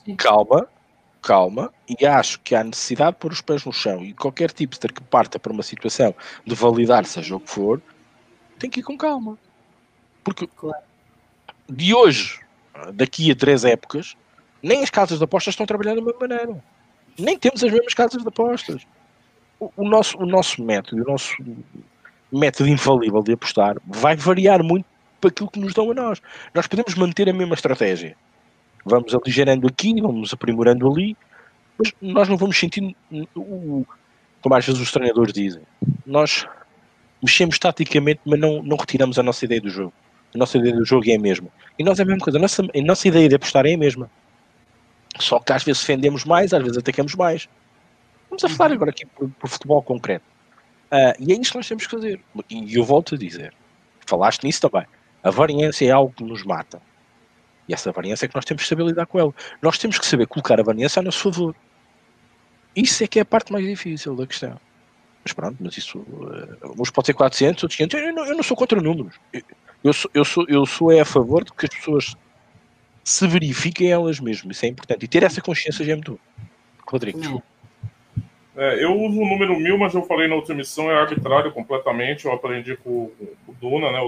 calma, e acho que há necessidade de pôr os pés no chão, e qualquer tipster que parta para uma situação de validar, seja o que for, tem que ir com calma. Porque de hoje, daqui a 3 épocas, nem as casas de apostas estão trabalhando da mesma maneira. Nem temos as mesmas casas de apostas. O nosso método, o nosso método infalível de apostar vai variar muito para aquilo que nos dão a nós. Nós podemos manter a mesma estratégia. Vamos aligerando aqui, vamos aprimorando ali, mas nós não vamos sentir, como às vezes os treinadores dizem, nós mexemos taticamente, mas não retiramos a nossa ideia do jogo. A nossa ideia do jogo é a mesma. E nós é a mesma coisa. A nossa ideia de apostar é a mesma. Só que às vezes defendemos mais, às vezes atacamos mais. Vamos a falar agora aqui por futebol concreto. E é isso que nós temos que fazer. E eu volto a dizer, falaste nisso também, a variância é algo que nos mata. E essa variância é que nós temos que saber lidar com ela. Nós temos que saber colocar a variância a nosso favor. Isso é que é a parte mais difícil da questão. Mas pronto, mas isso... uns pode ser 400, outros 500. Eu não sou contra números. Eu sou a favor de que as pessoas se verifiquem elas mesmas. Isso é importante. E ter essa consciência já é muito bom. Rodrigo, desculpa. Eu uso o número 1000, mas eu falei na outra emissão, é arbitrário completamente. Eu aprendi com o Duna, né? O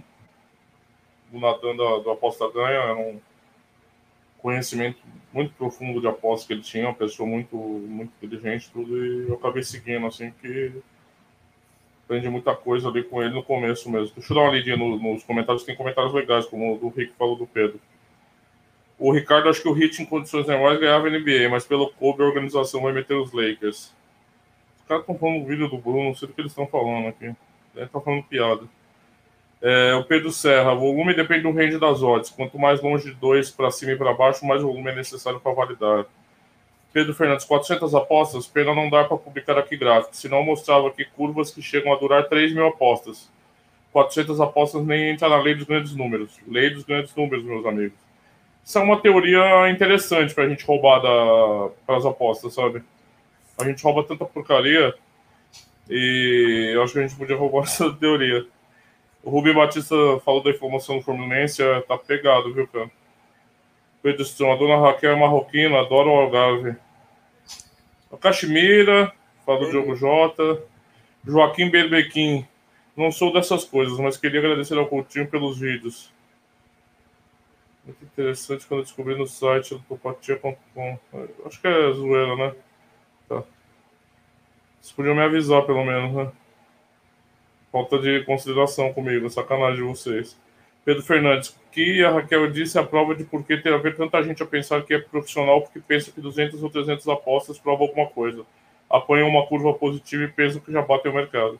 Natan do Aposta Ganha era um conhecimento muito profundo de aposta que ele tinha, uma pessoa muito, muito inteligente, tudo, e eu acabei seguindo, assim, que aprendi muita coisa ali com ele no começo mesmo. Deixa eu dar uma lidinha nos comentários, tem comentários legais, como o do Rick falou do Pedro. O Ricardo, acho que o Heat em condições normais ganhava a NBA, mas pelo Kobe a organização vai meter os Lakers. Os caras estão falando no vídeo do Bruno, não sei do que eles estão falando aqui. Ele tá falando piada. O Pedro Serra, volume depende do range das odds. Quanto mais longe de 2 para cima e para baixo, mais volume é necessário para validar. Pedro Fernandes, 400 apostas, pena não dar para publicar aqui gráfico, senão mostrava aqui curvas que chegam a durar 3.000 apostas. 400 apostas nem entra na lei dos grandes números. Lei dos grandes números, meus amigos. Isso é uma teoria interessante para a gente roubar para as apostas, sabe? A gente rouba tanta porcaria e eu acho que a gente podia roubar essa teoria. O Rubem Batista falou da informação do Fluminense, tá pegado, viu, cara? Pedro Strong, a dona Raquel é marroquina, adora o Algarve. A Caxemira, fala do Diogo Jota. Joaquim Berbequim, não sou dessas coisas, mas queria agradecer ao Coutinho pelos vídeos. Muito interessante quando eu descobri no site lutopatia.com. Acho que é zoeira, né? Tá. Vocês podiam me avisar, pelo menos, né? Falta de consideração comigo, sacanagem de vocês. Pedro Fernandes, o que a Raquel disse é a prova de por que ter a ver tanta gente a pensar que é profissional porque pensa que 200 ou 300 apostas provam alguma coisa. Apanham uma curva positiva e pensam que já bateu o mercado.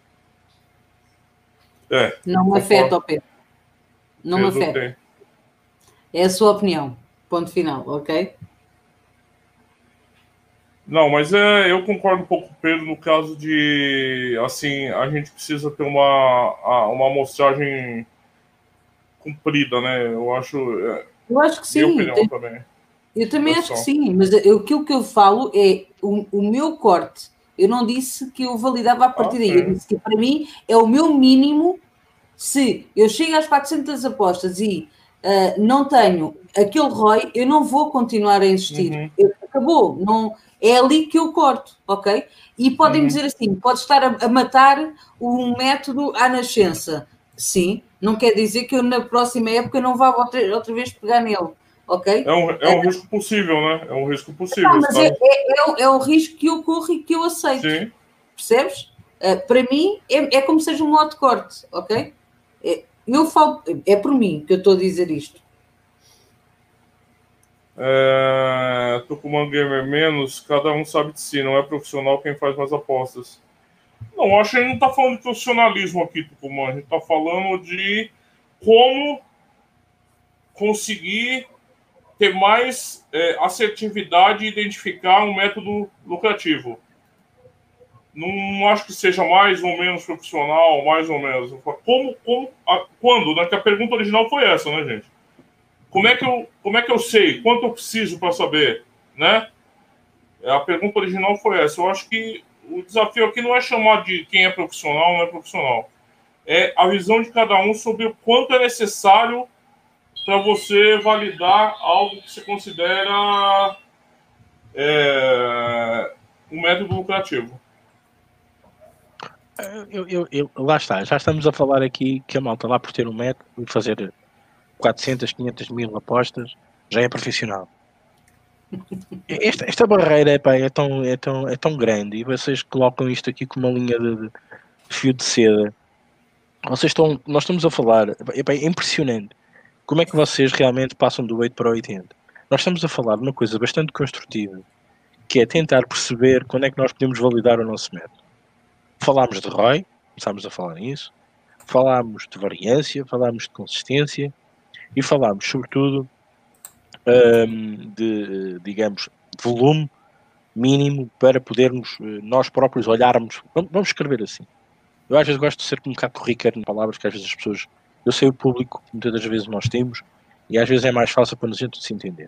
Não me afeta, Pedro. Não me afeta. Tem. É a sua opinião. Ponto final, ok? Não, mas eu concordo um pouco com o Pedro no caso de, assim, a gente precisa ter uma amostragem comprida, né? Eu acho que sim. Minha opinião também. Eu também acho que sim, mas aquilo que eu falo é o meu corte. Eu não disse que eu validava a partir daí. Eu disse que para mim é o meu mínimo. Se eu chego às 400 apostas e não tenho aquele ROI, eu não vou continuar a investir. Acabou. Não, é ali que eu corto, ok? E podem dizer assim, pode estar a matar um método à nascença. Sim, não quer dizer que eu na próxima época não vá outra vez pegar nele, ok? É um risco possível, né? É um risco possível. Não, mas é um risco que eu corro e que eu aceito. Sim. Percebes? Para mim, é como se seja um modo de corte, ok? Eu falo, é por mim que eu estou a dizer isto. Tô com uma gamer menos, cada um sabe de si, não é profissional quem faz mais apostas. Não, acho que a gente não está falando de profissionalismo aqui, Tucumã. A gente está falando de como conseguir ter mais assertividade e identificar um método lucrativo. Não acho que seja mais ou menos profissional, mais ou menos. Quando? Né? Que a pergunta original foi essa, né, gente? Como é que eu sei? Quanto eu preciso para saber? Né? A pergunta original foi essa. Eu acho que o desafio aqui não é chamar de quem é profissional ou não é profissional. É a visão de cada um sobre o quanto é necessário para você validar algo que você considera um método lucrativo. Lá está, já estamos a falar aqui que a malta lá por ter um método e fazer 400, 500 mil apostas já é profissional. Esta barreira é tão grande e vocês colocam isto aqui com uma linha de fio de seda. Nós estamos a falar, é impressionante como é que vocês realmente passam do 8 para o 80. Nós estamos a falar de uma coisa bastante construtiva, que é tentar perceber quando é que nós podemos validar o nosso método. Falámos de ROI, começámos a falar nisso, falámos de variância, falámos de consistência e falámos, sobretudo, de volume mínimo para podermos nós próprios olharmos. Vamos escrever assim. Eu às vezes gosto de ser um bocado corriqueiro em palavras, que às vezes as pessoas... Eu sei o público, muitas das vezes nós temos, e às vezes é mais fácil para a gente se entender.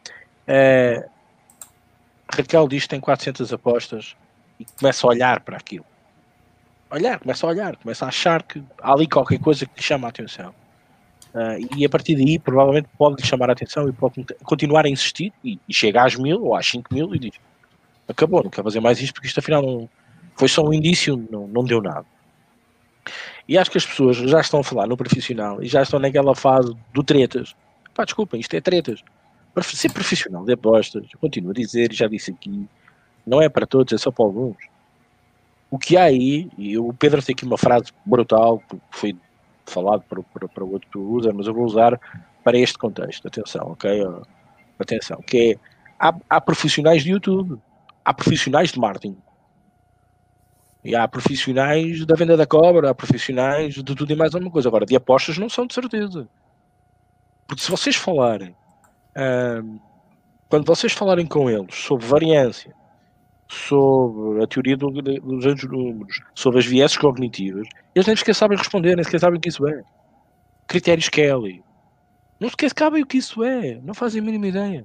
Raquel diz que tem 400 apostas e começa a olhar para aquilo. Começa a achar que há ali qualquer coisa que lhe chama a atenção. E a partir daí provavelmente pode lhe chamar a atenção e pode continuar a insistir e chega às 1000 ou às 5000 e diz: acabou, não quero fazer mais isto porque isto afinal não foi só um indício, não deu nada. E acho que as pessoas já estão a falar no profissional e já estão naquela fase do tretas. Pá, desculpem, isto é tretas. Para ser profissional de apostas, eu continuo a dizer, e já disse aqui, não é para todos, é só para alguns. O que há aí, e o Pedro tem aqui uma frase brutal, que foi falado para o outro user, mas eu vou usar para este contexto. Atenção, ok? Atenção, que é, há profissionais de YouTube, há profissionais de marketing, e há profissionais da venda da cobra, há profissionais de tudo e mais alguma coisa. Agora, de apostas não são de certeza. Porque se vocês falarem, quando vocês falarem com eles sobre variância, sobre a teoria dos números, sobre as vieses cognitivas, eles nem sequer sabem responder, nem sequer sabem o que isso é. Critérios Kelly. Não sequer sabem o que isso é. Não fazem a mínima ideia.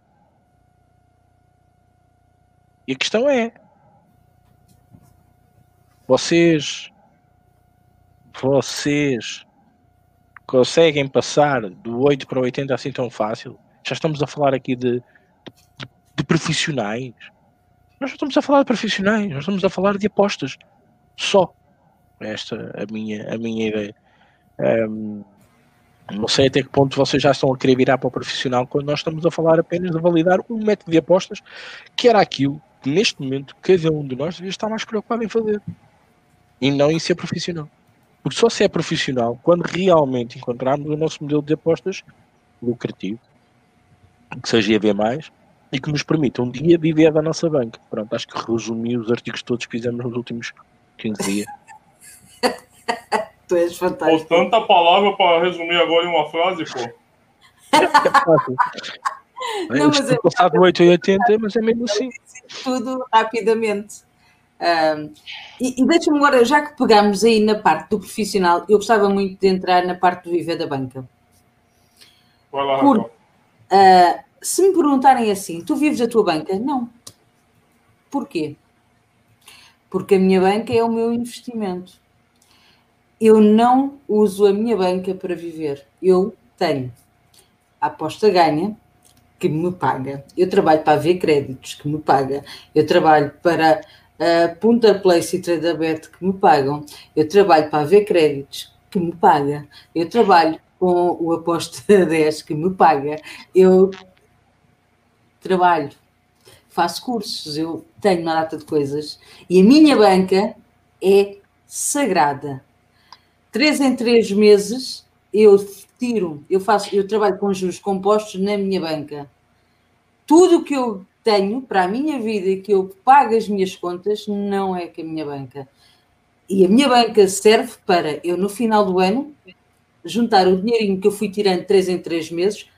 E a questão é, vocês conseguem passar do 8 para o 80 assim tão fácil? Já estamos a falar aqui de profissionais. Nós não estamos a falar de profissionais, nós estamos a falar de apostas. Só. Esta é a minha ideia. Não sei até que ponto vocês já estão a querer virar para o profissional quando nós estamos a falar apenas de validar um método de apostas que era aquilo que neste momento cada um de nós devia estar mais preocupado em fazer. E não em ser profissional. Porque só se é profissional quando realmente encontrarmos o nosso modelo de apostas lucrativo, que seja a ver mais, e que nos permita um dia viver da nossa banca. Pronto, acho que resumi os artigos todos que fizemos nos últimos 15 dias. Tu és fantástico. Pô, tanta palavra para resumir agora em uma frase, pô. É fácil. Não, mas é passado do 8 a 80, mas é mesmo assim. Tudo rapidamente. E deixa-me agora, já que pegamos aí na parte do profissional, eu gostava muito de entrar na parte do viver da banca. Vai lá, Raquel. Se me perguntarem assim, tu vives da tua banca? Não. Porquê? Porque a minha banca é o meu investimento. Eu não uso a minha banca para viver. Eu tenho a aposta ganha, que me paga. Eu trabalho para a V Créditos, que me paga. Eu trabalho para a Punta Place e Tradabet, que me pagam. Eu trabalho para a V Créditos, que me paga. Eu trabalho com o Aposta 10, que me paga. Eu trabalho, faço cursos, eu tenho uma data de coisas. E a minha banca é sagrada. 3 em 3 meses eu trabalho com juros compostos na minha banca. Tudo o que eu tenho para a minha vida e que eu pago as minhas contas não é com a minha banca. E a minha banca serve para eu, no final do ano, juntar o dinheirinho que eu fui tirando 3 em 3 meses,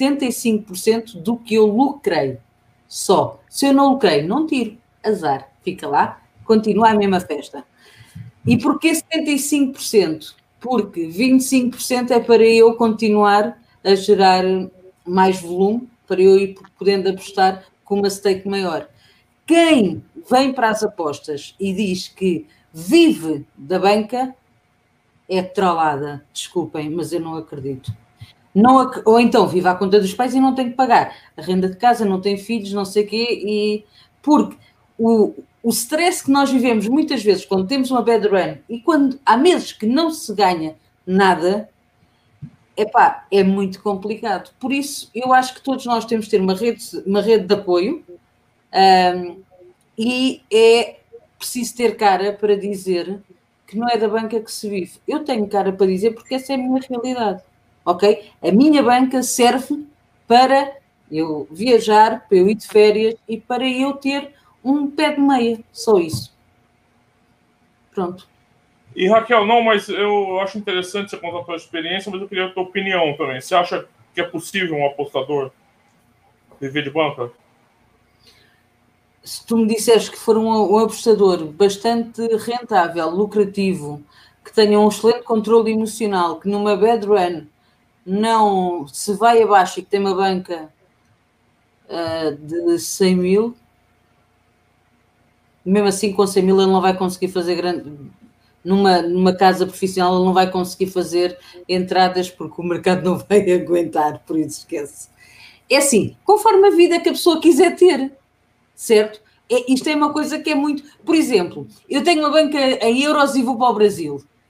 75% do que eu lucrei. Só. Se eu não lucrei, não tiro. Azar. Fica lá. Continua a mesma festa. E porquê 75%? Porque 25% é para eu continuar a gerar mais volume, para eu ir podendo apostar com uma stake maior. Quem vem para as apostas e diz que vive da banca é trollada. Desculpem, mas eu não acredito. Ou então vive à conta dos pais e não tem que pagar a renda de casa, não tem filhos, não sei o quê. Porque o stress que nós vivemos muitas vezes quando temos uma bad run e quando há meses que não se ganha nada, é muito complicado. Por isso, eu acho que todos nós temos de ter uma rede de apoio e é preciso ter cara para dizer que não é da banca que se vive. Eu tenho cara para dizer porque essa é a minha realidade, ok? A minha banca serve para eu viajar, para eu ir de férias e para eu ter um pé de meia, só isso. Pronto. E Raquel, não, mas eu acho interessante você contar a sua experiência, mas eu queria a tua opinião também. Você acha que é possível um apostador viver de banca? Se tu me disseres que for um apostador bastante rentável, lucrativo, que tenha um excelente controle emocional, que numa bad run não se vai abaixo e que tem uma banca de 100 mil, mesmo assim com 100 mil ele não vai conseguir fazer grande... Numa casa profissional ele não vai conseguir fazer entradas porque o mercado não vai aguentar, por isso esquece. É assim, conforme a vida que a pessoa quiser ter, certo? Isto é uma coisa que é muito... Por exemplo, eu tenho uma banca em euros e vou para o Brasil.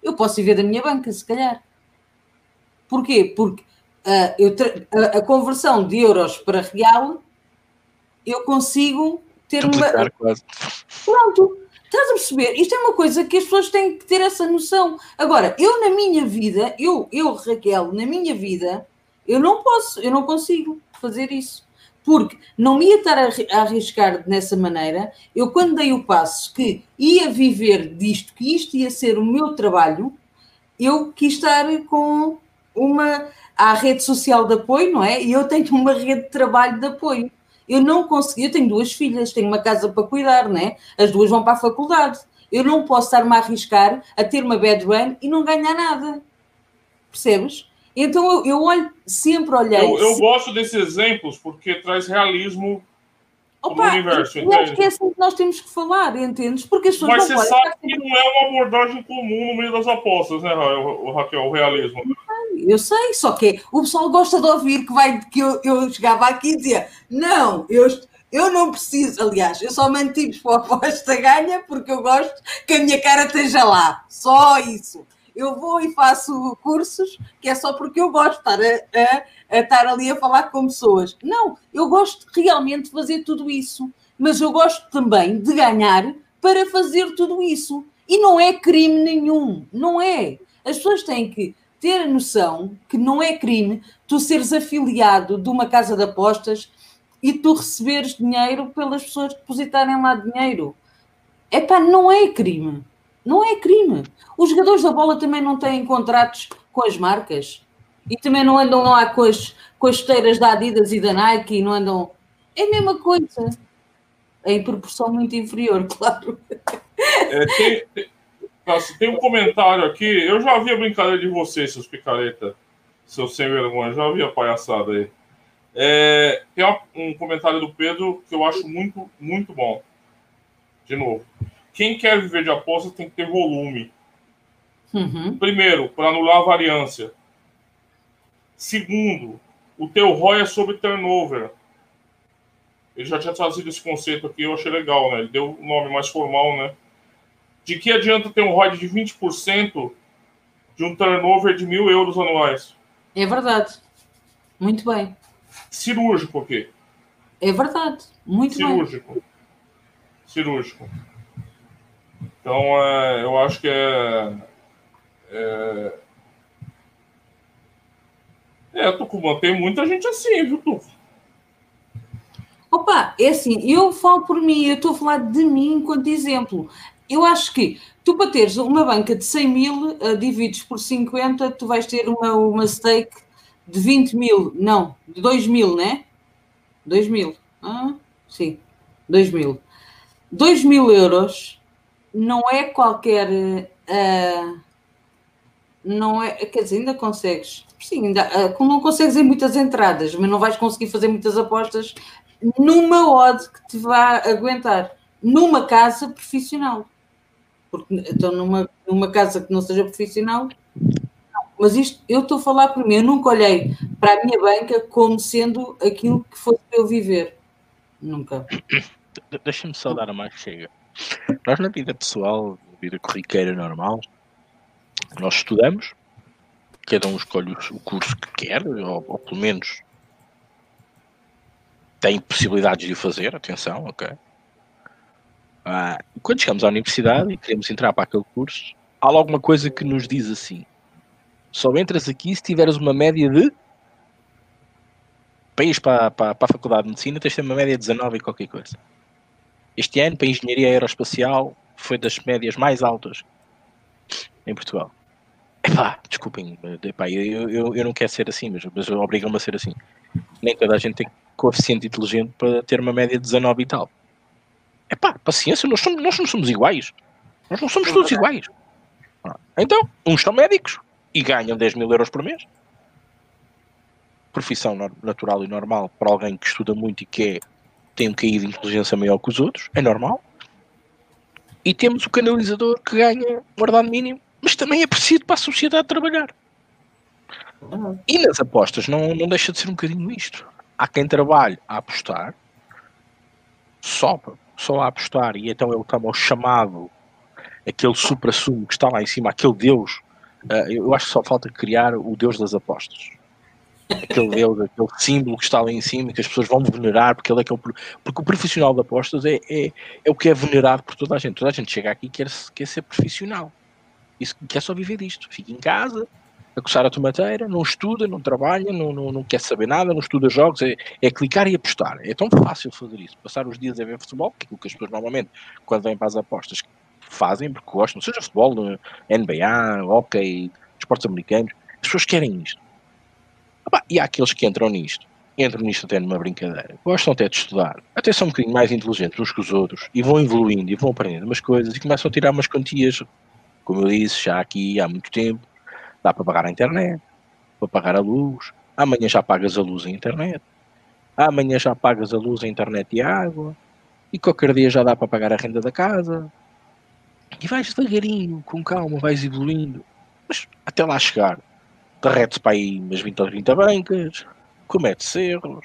eu posso viver da minha banca, se calhar. Porquê? Porque a conversão de euros para real, eu consigo ter Duplicar quase. Pronto, estás a perceber? Isto é uma coisa que as pessoas têm que ter essa noção. Agora, eu na minha vida, Raquel, na minha vida, eu não consigo fazer isso. Porque não me ia estar a arriscar dessa maneira. Eu, quando dei o passo que ia viver disto, que isto ia ser o meu trabalho, eu quis estar com a rede social de apoio, não é? E eu tenho uma rede de trabalho de apoio. Eu não consegui, eu tenho 2 filhas, tenho uma casa para cuidar, né? As 2 vão para a faculdade. Eu não posso estar-me a arriscar a ter uma bad run e não ganhar nada. Percebes? Então eu sempre olhei... Eu gosto desses exemplos porque traz realismo no universo. Eu acho que é assim que nós temos que falar, entendes? Porque as pessoas Mas não você sabe que não é uma abordagem comum no meio das apostas, né, Raquel? O realismo. Eu sei, só que o pessoal gosta de ouvir que eu chegava aqui e dizia não, eu não preciso, aliás, eu só mando tipos para a aposta ganha porque eu gosto que a minha cara esteja lá, só isso. Eu vou e faço cursos que é só porque eu gosto de estar ali a falar com pessoas. Não, eu gosto realmente de fazer tudo isso, mas eu gosto também de ganhar para fazer tudo isso. E não é crime nenhum, não é. As pessoas têm que ter a noção que não é crime tu seres afiliado de uma casa de apostas e tu receberes dinheiro pelas pessoas depositarem lá dinheiro. Epá, não é crime. Não é crime. Os jogadores da bola também não têm contratos com as marcas e também não andam lá com as esteiras da Adidas e da Nike e não andam... É a mesma coisa. Em proporção muito inferior, claro. Tem um comentário aqui. Eu já vi a brincadeira de vocês, seus picareta, seus sem vergonha. Já vi a palhaçada aí. Tem um comentário do Pedro que eu acho muito, muito bom. De novo. Quem quer viver de apostas tem que ter volume. Uhum. Primeiro, para anular a variância. Segundo, o teu ROI é sobre turnover. Ele já tinha trazido esse conceito aqui, eu achei legal, né? Ele deu um nome mais formal, né? De que adianta ter um ROI de 20% de um turnover de 1.000 euros anuais? É verdade. Muito bem. Cirúrgico aqui. É verdade. Muito Cirúrgico. bem. Cirúrgico. Então, eu acho que Tucumã, tem muita gente assim, viu, Tu? Opa, é assim, eu falo por mim, eu estou a falar de mim enquanto exemplo. Eu acho que tu, para teres uma banca de 100 mil, divides por 50, tu vais ter uma stake de 20 mil, não, de 2 mil, né? 2 mil. Sim, 2 mil. 2 mil euros não é qualquer... não é, quer dizer, ainda consegues. Sim, ainda, não consegues em muitas entradas, mas não vais conseguir fazer muitas apostas numa odd que te vá aguentar. Numa casa profissional. Porque então numa casa que não seja profissional... Não. Mas isto, eu estou a falar por mim. Eu nunca olhei para a minha banca como sendo aquilo que fosse para eu viver. Nunca. Deixa-me só dar a mais chega. Nós na vida pessoal, na vida corriqueira normal, nós estudamos, cada um escolhe o curso que quer, ou pelo menos tem possibilidades de o fazer, atenção, ok? Quando chegamos à universidade e queremos entrar para aquele curso, há logo uma coisa que nos diz assim: só entras aqui se tiveres uma média de... Para ir para a Faculdade de Medicina tens de ter uma média de 19 e qualquer coisa. Este ano, para a Engenharia Aeroespacial, foi das médias mais altas em Portugal. Desculpem, eu não quero ser assim, mas obrigam-me a ser assim. Nem toda a gente tem coeficiente inteligente para ter uma média de 19 e tal. Paciência, nós não somos iguais. Nós não somos todos iguais. Então, uns são médicos e ganham 10 mil euros por mês. Profissão natural e normal para alguém que estuda muito e que tem um QI de inteligência maior que os outros, é normal. E temos o canalizador que ganha um ordenado mínimo, mas também é preciso para a sociedade trabalhar. E nas apostas não deixa de ser um bocadinho isto. Há quem trabalhe a apostar, só a apostar, e então é o chamado aquele supra-sumo que está lá em cima, aquele Deus, eu acho que só falta criar o Deus das apostas. Aquele Deus, aquele símbolo que está lá em cima, que as pessoas vão venerar, porque ele é que é porque o profissional de apostas é o que é venerado por toda a gente. Toda a gente chega aqui e quer ser profissional. Isso, quer só viver disto. Fica em casa, a coçar a tomateira, não estuda, não trabalha, não quer saber nada, não estuda jogos, é clicar e apostar. É tão fácil fazer isso. Passar os dias a ver futebol, que é aquilo que as pessoas normalmente, quando vêm para as apostas, fazem, porque gostam, seja futebol, NBA, hockey, esportes americanos, as pessoas querem isto. E há aqueles que entram nisto até numa brincadeira, gostam até de estudar, até são um bocadinho mais inteligentes uns que os outros, e vão evoluindo, e vão aprendendo umas coisas, e começam a tirar umas quantias, como eu disse, já aqui há muito tempo, dá para pagar a internet, para pagar a luz, amanhã já pagas a luz e a internet, amanhã já pagas a luz, a internet e a água, e qualquer dia já dá para pagar a renda da casa, e vais devagarinho, com calma, vais evoluindo, mas até lá chegar, derrete-se para aí umas 20 ou 30 bancas, comete-se erros,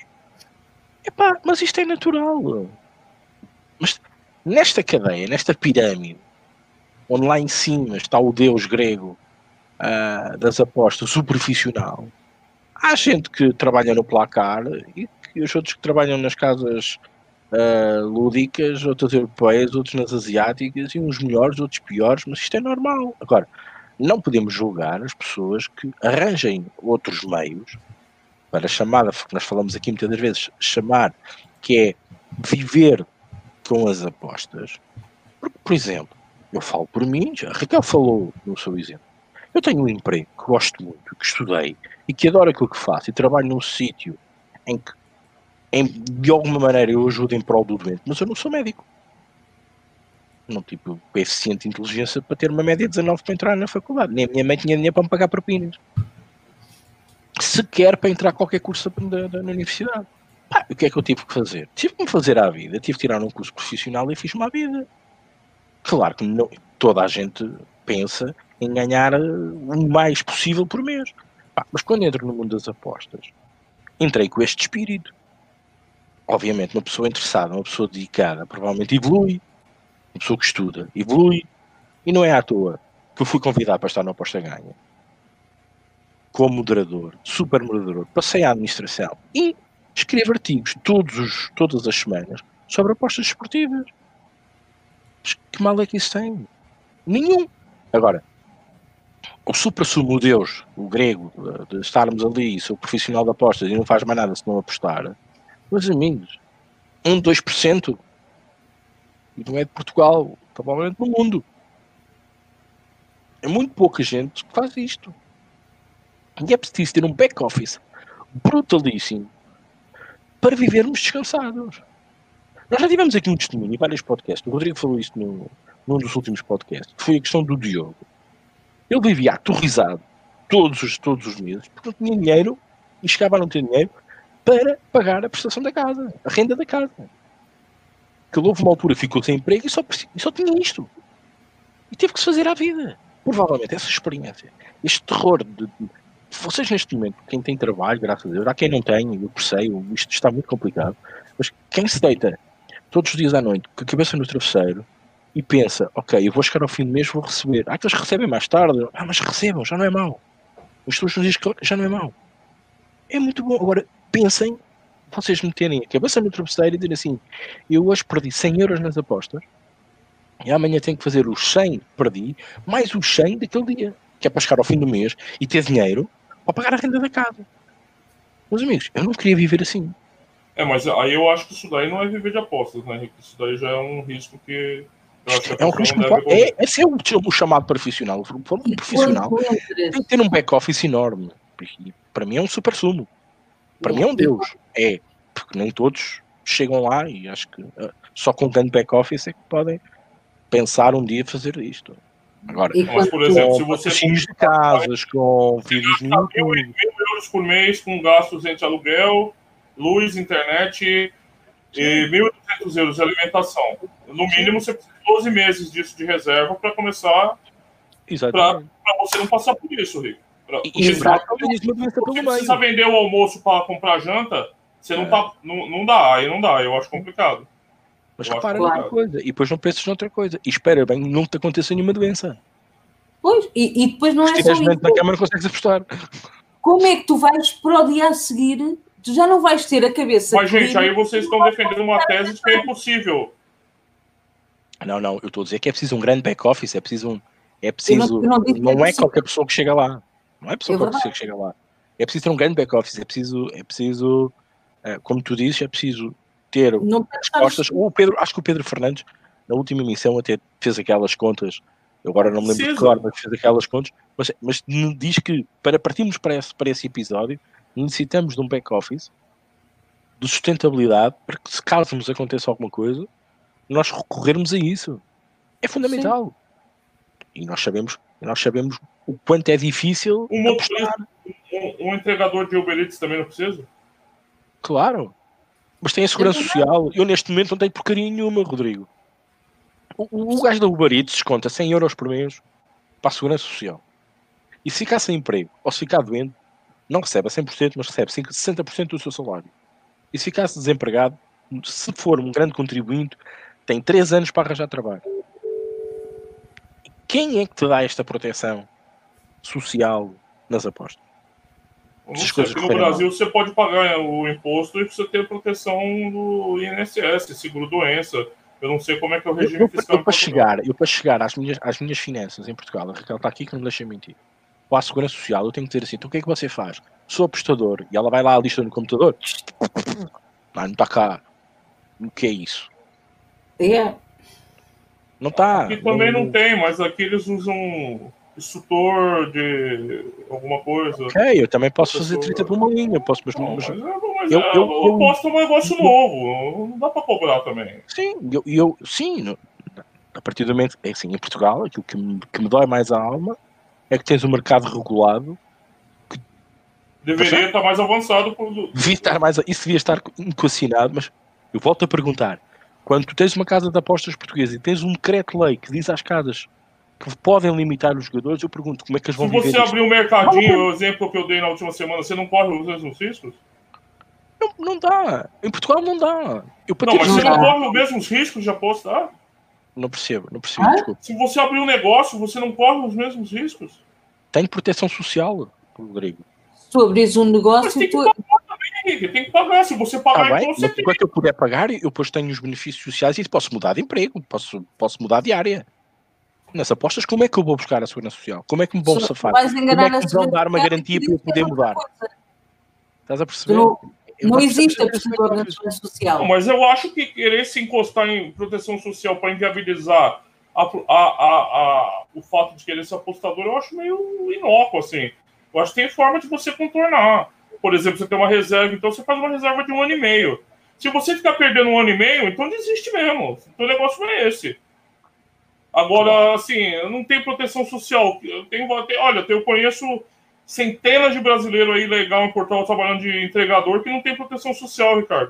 mas isto é natural, mas nesta cadeia, nesta pirâmide, onde lá em cima está o deus grego das apostas, o profissional, há gente que trabalha no placar e os outros que trabalham nas casas lúdicas, outras europeias, outros nas asiáticas, e uns melhores, outros piores, mas isto é normal. Agora, não podemos julgar as pessoas que arranjem outros meios para chamada, porque nós falamos aqui muitas das vezes, chamar, que é viver com as apostas. Porque, por exemplo, eu falo por mim, já a Raquel falou no seu exemplo. Eu tenho um emprego que gosto muito, que estudei e que adoro aquilo que faço e trabalho num sítio em que de alguma maneira eu ajudo em prol do doente, mas eu não sou médico. Não tive o coeficiente de inteligência para ter uma média de 19 para entrar na faculdade. Nem a minha mãe tinha dinheiro para me pagar propinas. Sequer para entrar a qualquer curso na universidade. O que é que eu tive que fazer? Tive que me fazer à vida. Tive que tirar um curso profissional e fiz-me à vida. Claro que não, toda a gente pensa em ganhar o mais possível por mês. Mas quando entro no mundo das apostas, entrei com este espírito. Obviamente, uma pessoa interessada, uma pessoa dedicada, provavelmente evolui. Uma pessoa que estuda, evolui. E não é à toa que eu fui convidado para estar no Aposta Ganha. Como moderador, super moderador, passei à administração e escrevo artigos todas as semanas sobre apostas esportivas. Mas que mal é que isso tem? Nenhum. Agora, o supra-sumo Deus, o grego, de estarmos ali, sou profissional de apostas e não faz mais nada se não apostar, meus amigos, 2%, e não é de Portugal, provavelmente no mundo. É muito pouca gente que faz isto. E é preciso ter um back-office brutalíssimo para vivermos descansados. Nós já tivemos aqui um testemunho em vários podcasts. O Rodrigo falou isso num dos últimos podcasts, que foi a questão do Diogo. Ele vivia aterrorizado todos os meses, porque não tinha dinheiro e chegava a não ter dinheiro para pagar a prestação da casa, a renda da casa. Que houve uma altura, ficou sem emprego e só tinha isto. E teve que se fazer à vida. Provavelmente essa experiência, este terror de vocês neste momento, quem tem trabalho, graças a Deus, há quem não tem, eu percebo, isto está muito complicado, mas quem se deita todos os dias à noite com a cabeça no travesseiro e pensa, ok, eu vou chegar ao fim do mês, vou receber. Há aqueles que recebem mais tarde, mas recebam, já não é mau. Os todos os dias já não é mau. É muito bom. Agora, pensem, vocês meterem a cabeça no travesseiro e dizerem assim, eu hoje perdi 100 euros nas apostas e amanhã tenho que fazer os 100 que perdi, mais os 100 daquele dia, que é para chegar ao fim do mês e ter dinheiro para pagar a renda da casa. Meus amigos, eu não queria viver assim. Mas aí eu acho que isso daí não é viver de apostas, né, Henrique? Isso daí já é um risco que eu acho que é um risco. Esse é o chamado profissional. O profissional tem que ter um back-office enorme. E para mim é um super-sumo. Para mim é um Deus. É. Porque nem todos chegam lá e acho que só com um grande back-office é que podem pensar um dia fazer isto. Agora, mas, por exemplo, se você de casas, com vídeos no YouTube, 1.000 euros por mês com gastos entre aluguel, luz, internet e 1.200 euros de alimentação. No mínimo, você precisa de 12 meses disso de reserva para começar, para você não passar por isso, Rico. Você precisa vender o almoço para comprar janta, você não dá, aí não dá, eu acho complicado. Mas Eu acho repara complicado. noutra coisa. E depois não penses noutra coisa. E espera bem, não te aconteça nenhuma doença. Pois, e depois não Se é só estiveres isso. dentro da cama não consegues apostar. Como é que tu vais para o dia a seguir? Tu já não vais ter a cabeça Mas, gente, clean. aí vocês estão defendendo uma tese de que é impossível. Não, eu estou a dizer que é preciso um grande back-office, é preciso. Eu não disse que é Não é possível. qualquer pessoa que chega lá. Não é É qualquer pessoa verdade. que chega lá. É preciso ter um grande back-office, é preciso, como tu dizes, é preciso ter Não respostas. pensares. Acho que o Pedro Fernandes, na última emissão, até fez aquelas contas. Eu agora não me lembro de Precisa. cor, mas fez aquelas contas. Mas diz que para partirmos para esse episódio, necessitamos de um back-office, de sustentabilidade, para que se caso nos aconteça alguma coisa, nós recorrermos a isso. É fundamental. E nós sabemos o quanto é difícil Um apostar. motorista, um entregador de Uber Eats também não precisa? Claro. Mas tem a segurança social. Eu neste momento não tenho porcaria nenhuma, Rodrigo. O gajo da Uber Eats desconta 100 euros por mês para a segurança social. E se ficar sem emprego, ou se ficar doente, não recebe a 100%, mas recebe 60% do seu salário. E se ficasse desempregado, se for um grande contribuinte, tem 3 anos para arranjar trabalho. Quem é que te dá esta proteção social nas apostas? Não sei, aqui no Brasil você pode pagar o imposto e você ter proteção do INSS, seguro-doença. Eu não sei como é que é o regime fiscal. Eu para chegar às minhas finanças em Portugal, a Raquel está aqui que não me deixa mentir. Para a segurança social, eu tenho que dizer assim, então o que é que você faz? Sou apostador. E ela vai lá à lista no computador. Não está cá. O que é isso? Não está. Aqui também não tem, mas aqui eles usam instrutor de alguma coisa. Ok, eu também posso fazer 30 por uma linha. Mas eu aposto um negócio novo. Não dá para cobrar também. Sim, sim. A partir do momento, é assim, em Portugal, aquilo que me dói mais a alma é que tens um mercado regulado. Deveria estar mais avançado. Isso devia estar equacionado, mas eu volto a perguntar. Quando tu tens uma casa de apostas portuguesa e tens um decreto-lei que diz às casas que podem limitar os jogadores, eu pergunto como é que eles vão viver. Se você abrir um mercadinho, o exemplo que eu dei na última semana, você não corre os mesmos riscos? Não dá. Em Portugal não dá. Mas você não corre os mesmos riscos de apostar? Não percebo, desculpa. Se você abrir um negócio, você não corre os mesmos riscos? Tem proteção social, Rodrigo. Se tu abris um negócio... Mas tem que pagar também, Henrique. Tem que pagar. Se você pagar, então você tem. Enquanto eu puder pagar, eu depois tenho os benefícios sociais e posso mudar de emprego. Posso mudar de área. Nas apostas, como é que eu vou buscar a segurança social? Como é que me vão safar? Como é que me vão dar uma garantia para eu poder mudar? Estás a perceber? Não existe a possibilidade da segurança social. Não, mas eu acho que querer se encostar em proteção social para inviabilizar o fato de querer ser apostador, eu acho meio inócuo, assim. Eu acho que tem forma de você contornar. Por exemplo, você tem uma reserva, então você faz uma reserva de 1 ano e meio. Se você ficar perdendo 1 ano e meio, então desiste mesmo. O negócio não é esse. Agora, assim, não tem proteção social. Eu conheço centenas de brasileiros aí legal em Portugal trabalhando de entregador que não tem proteção social, Ricardo.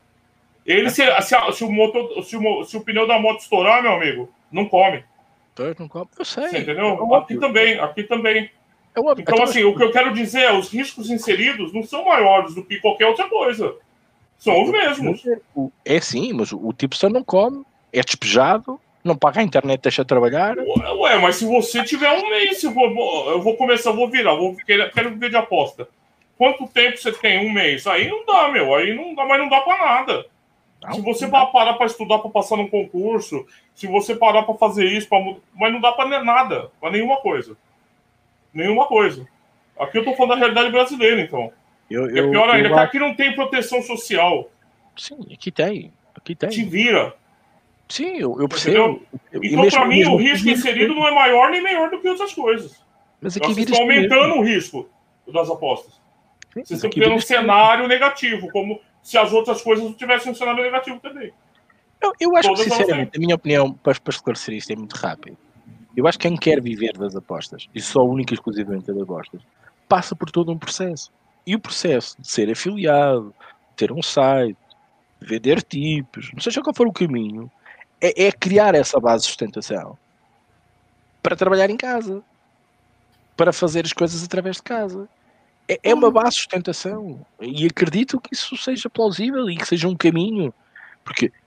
Se o pneu da moto estourar, meu amigo, não come. Eu sei. Você entendeu? Aqui também. Então, assim, o que eu quero dizer é os riscos inseridos não são maiores do que qualquer outra coisa. São os mesmos. É sim, mas o tipo só não come, é despejado, não paga a internet, deixa trabalhar. Mas se você tiver um mês, eu vou virar, quero viver de aposta. Quanto tempo você tem? Um mês? Aí não dá, meu. Aí não dá, mas não dá pra nada. Se você parar pra estudar pra passar num concurso, se você parar pra fazer isso, mas não dá pra nada, pra nenhuma coisa. Nenhuma coisa. Aqui eu tô falando da realidade brasileira, então. É pior ainda, que aqui não tem proteção social. Sim, aqui tem. Te vira. Sim, eu percebo. Então, para mim, o risco inserido não é maior nem menor do que outras coisas. Mas aqui vocês estão aumentando o risco das apostas. Vocês estão criando um cenário negativo, como se as outras coisas não tivessem um cenário negativo também. Eu acho que, sinceramente, a minha opinião, para esclarecer isto, é muito rápido. Eu acho que quem quer viver das apostas, e só única e exclusivamente das apostas, passa por todo um processo. E o processo de ser afiliado, ter um site, vender tipos, não seja qual for o caminho, é criar essa base de sustentação para trabalhar em casa, para fazer as coisas através de casa. É uma base de sustentação. E acredito que isso seja plausível e que seja um caminho. Porque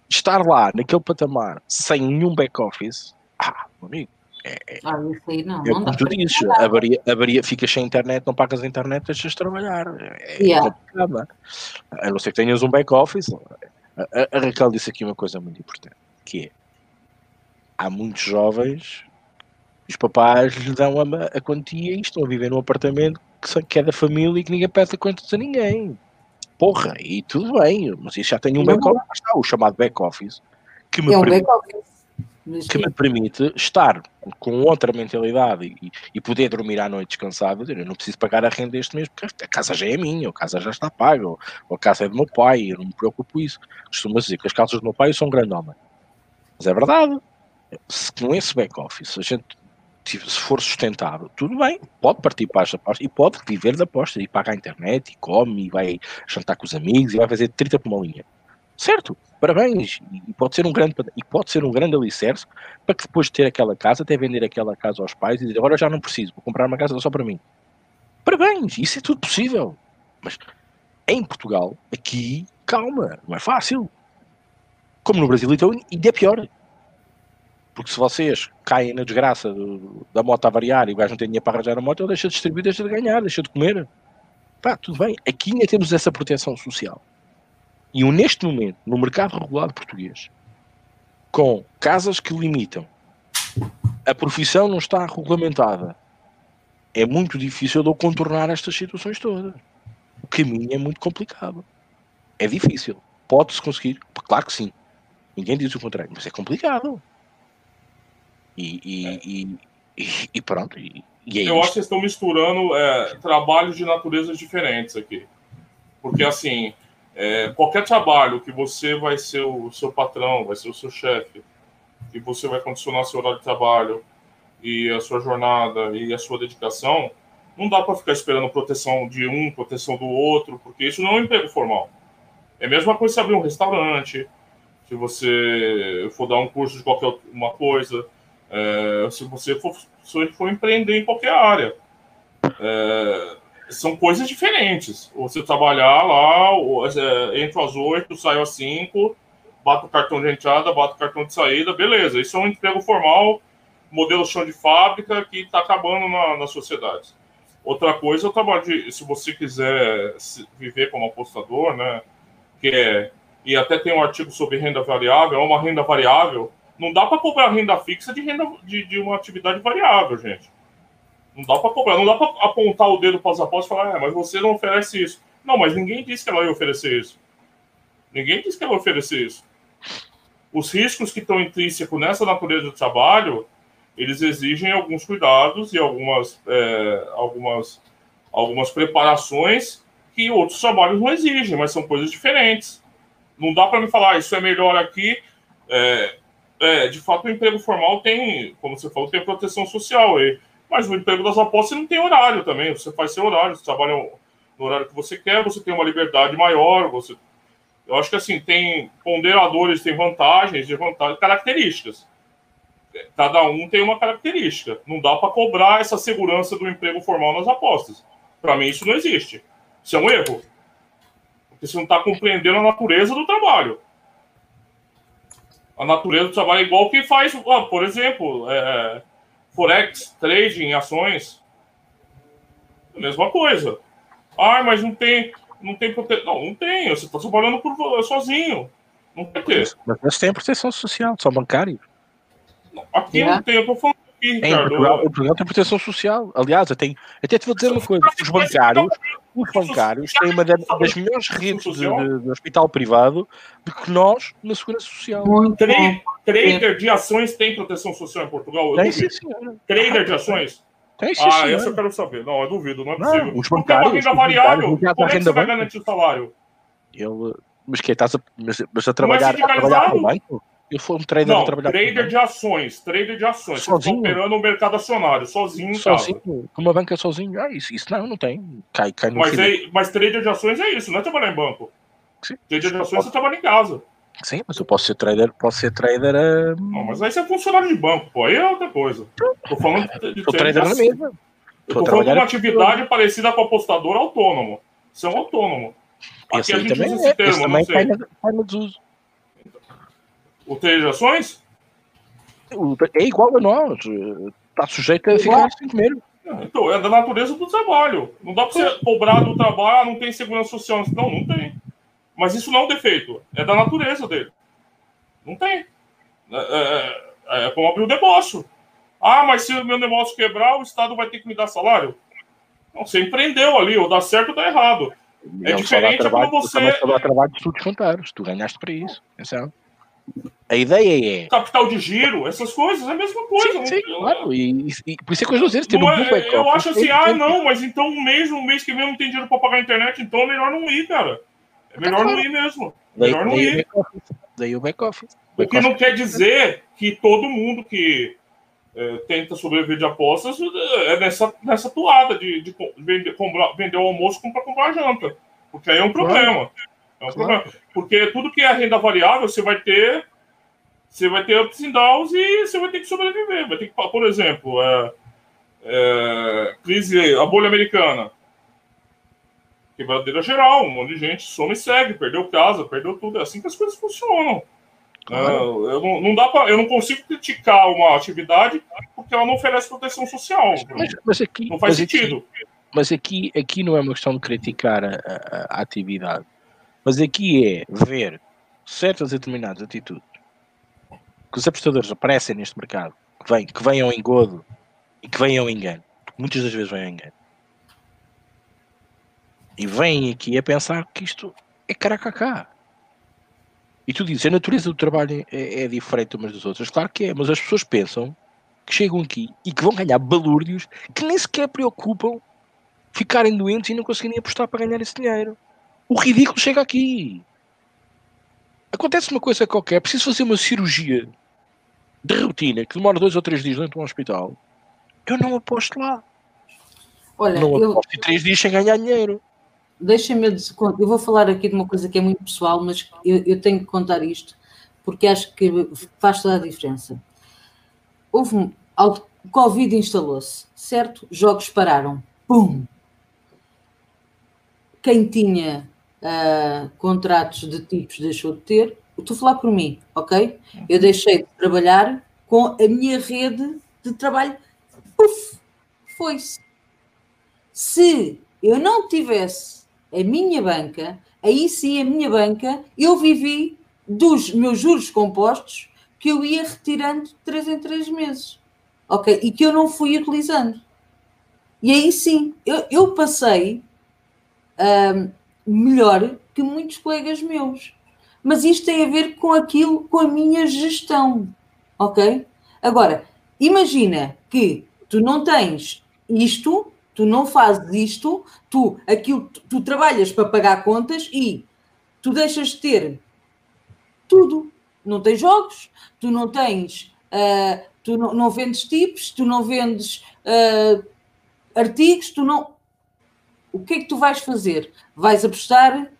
estar lá, naquele patamar, sem nenhum back-office, meu amigo, isso aí não como dá tu para dizes, ficas sem internet, não pagas a internet, deixas de trabalhar. Complicado, não é? A não ser que tenhas um back-office. A Raquel disse aqui uma coisa muito importante, que é, há muitos jovens, os papás lhes dão a quantia e estão a viver num apartamento que é da família e que ninguém pede contas a ninguém. Porra, e tudo bem, mas isso já tem um back-office, está o chamado back-office, que me permite estar com outra mentalidade e poder dormir à noite descansado. Eu não preciso pagar a renda este mês porque a casa já é minha, a casa já está paga, ou a casa é do meu pai, eu não me preocupo com isso. Costumo dizer que as casas do meu pai eu sou um grande homem. Mas é verdade. Se com esse back-office a gente, se for sustentável, tudo bem, pode partir para as apostas e pode viver da aposta e paga a internet e come e vai jantar com os amigos e vai fazer 30 por uma linha. Certo, parabéns, e pode ser um grande alicerce para que depois de ter aquela casa, até vender aquela casa aos pais e dizer, agora já não preciso, vou comprar uma casa só para mim. Parabéns, isso é tudo possível. Mas em Portugal, aqui, calma, não é fácil. Como no Brasil, então, ainda é pior. Porque se vocês caem na desgraça da moto a variar e o gajo não tem dinheiro para arranjar a moto, ele deixa de distribuir, deixa de ganhar, deixa de comer. Pá, tudo bem. Aqui ainda temos essa proteção social. E neste momento, no mercado regulado português, com casas que limitam, a profissão não está regulamentada, é muito difícil de eu contornar estas situações todas. O caminho é muito complicado. É difícil. Pode-se conseguir? Claro que sim. Ninguém diz o contrário, mas é complicado. E pronto. Eu acho que vocês estão misturando trabalhos de naturezas diferentes aqui. Porque, assim, qualquer trabalho que você vai ser o seu patrão, vai ser o seu chefe, que você vai condicionar seu horário de trabalho e a sua jornada e a sua dedicação, não dá para ficar esperando proteção de um, proteção do outro, porque isso não é um emprego formal. É a mesma coisa se abrir um restaurante, se você for dar um curso de qualquer uma coisa, se você for empreender em qualquer área. São coisas diferentes. Você trabalhar lá, entro às 8, saio às 5, bato o cartão de entrada, bato o cartão de saída, beleza. Isso é um emprego formal, modelo chão de fábrica, que está acabando na sociedade. Outra coisa é o trabalho se você quiser viver como apostador, né, e até tem um artigo sobre renda variável, é uma renda variável, não dá para cobrar renda fixa de uma atividade variável, gente. Não dá para cobrar, não dá para apontar o dedo para as apostas e falar, mas você não oferece isso. Não, mas ninguém disse que ela ia oferecer isso. Ninguém disse que ela ia oferecer isso. Os riscos que estão intrínsecos nessa natureza do trabalho, eles exigem alguns cuidados e algumas preparações que outros trabalhos não exigem, mas são coisas diferentes. Não dá para me falar, isso é melhor aqui. De fato, o emprego formal tem, como você falou, tem proteção social aí. Mas o emprego das apostas não tem horário também. Você faz seu horário, você trabalha no horário que você quer, você tem uma liberdade maior. Eu acho que assim, tem ponderadores, tem vantagens, características. Cada um tem uma característica. Não dá para cobrar essa segurança do emprego formal nas apostas. Para mim, isso não existe. Isso é um erro. Porque você não está compreendendo a natureza do trabalho. A natureza do trabalho é igual que faz, por exemplo, Forex, trading, ações. A mesma coisa. Mas não tem proteção. Não tem. Você está trabalhando sozinho. Não vai ter. Mas tem a proteção social, só bancário. Aqui não tem, eu estou falando aqui, Ricardo. Em Portugal tem proteção social. Aliás, até te vou dizer uma coisa. Os bancários têm uma das melhores redes de hospital privado do que nós na segurança social. Trader de ações tem proteção social em Portugal? Tem, sim, senhora. Trader de ações? Tem, sim, senhora. Essa eu quero saber. Não, eu duvido, não é possível. Os bancários, renda variável, como é que você vai garantir o salário? Mas que estás a trabalhar para o banco? Eu fui um trader a trabalhar. Trader de ações. Sozinho? Operando no mercado acionário, sozinho. Com uma banca sozinho. Isso não tem. Cai no mas trader de ações é isso, não é trabalhar em banco. Sim. Trader de ações você trabalha em casa. Sim, mas eu posso ser trader. Não, mas aí você é funcionário de banco, pô. Aí é outra coisa. Tô falando de trader na mesma. Tô falando de uma atividade parecida com apostador autônomo. Você é um autônomo. Aqui a gente usa esse termo, não sei. Cai no desuso. O 3 gerações? É igual a nós. Está sujeito a ficar sem comer. Então, é da natureza do trabalho. Não dá para você cobrar do trabalho, não tem segurança social. Não tem. Mas isso não é um defeito. É da natureza dele. Não tem. É como abrir o negócio. Ah, mas se o meu negócio quebrar, o Estado vai ter que me dar salário? Não, você empreendeu ali, ou dá certo ou dá errado. É diferente quando você... Só dá trabalho de estudos contábeis. Tu ganhaste para isso. Atenção. A ideia é... Capital de giro, essas coisas, é a mesma coisa. Sim, claro. E por isso é que eu estou dizendo, eu acho assim, não, mas então um mês que vem não tem dinheiro para pagar a internet, então é melhor não ir, cara. É melhor não ir mesmo. Melhor não ir. Daí o back-office. O que não quer dizer que todo mundo que tenta sobreviver de apostas é nessa toada de vender o almoço para comprar a janta. Porque aí é um problema. É um problema. Porque tudo que é renda variável, você vai ter ups and downs e você vai ter que sobreviver. Vai ter que, por exemplo, crise, a bolha americana. Quebradeira geral, um monte de gente some e segue, perdeu casa, perdeu tudo. É assim que as coisas funcionam. Claro. Eu não consigo criticar uma atividade porque ela não oferece proteção social. Mas aqui, não faz sentido. Mas aqui não é uma questão de criticar a atividade. Mas aqui é ver certas e determinadas atitudes que os apostadores aparecem neste mercado, que vêm ao engodo e que vêm ao engano. Muitas das vezes vêm ao engano. E vêm aqui a pensar que isto é caracacá. E tu dizes, a natureza do trabalho é diferente umas das outras. Claro que é, mas as pessoas pensam que chegam aqui e que vão ganhar balúrdios que nem sequer preocupam ficarem doentes e não conseguirem apostar para ganhar esse dinheiro. O ridículo chega aqui. Acontece uma coisa qualquer, é preciso fazer uma cirurgia de rotina que demora 2 ou 3 dias dentro de um hospital. Eu não aposto lá. Olha, não aposto em 3 dias sem ganhar dinheiro. Deixem-me, eu vou falar aqui de uma coisa que é muito pessoal, mas eu tenho que contar isto, porque acho que faz toda a diferença. O Covid instalou-se, certo? Jogos pararam. Pum! Quem tinha contratos de tipos deixou de ter. Estou a falar por mim, ok? Eu deixei de trabalhar com a minha rede de trabalho. Puf! Foi-se. Se eu não tivesse a minha banca, aí sim a minha banca, eu vivi dos meus juros compostos que eu ia retirando de 3 em 3 meses. Ok? E que eu não fui utilizando. E aí sim, eu passei melhor que muitos colegas meus. Mas isto tem a ver com aquilo, com a minha gestão. Ok? Agora, imagina que tu não tens isto, tu não fazes isto, tu trabalhas para pagar contas e tu deixas de ter tudo. Não tens jogos, tu não tens, tu não vendes tips, tu não vendes artigos, tu não... O que é que tu vais fazer? Vais apostar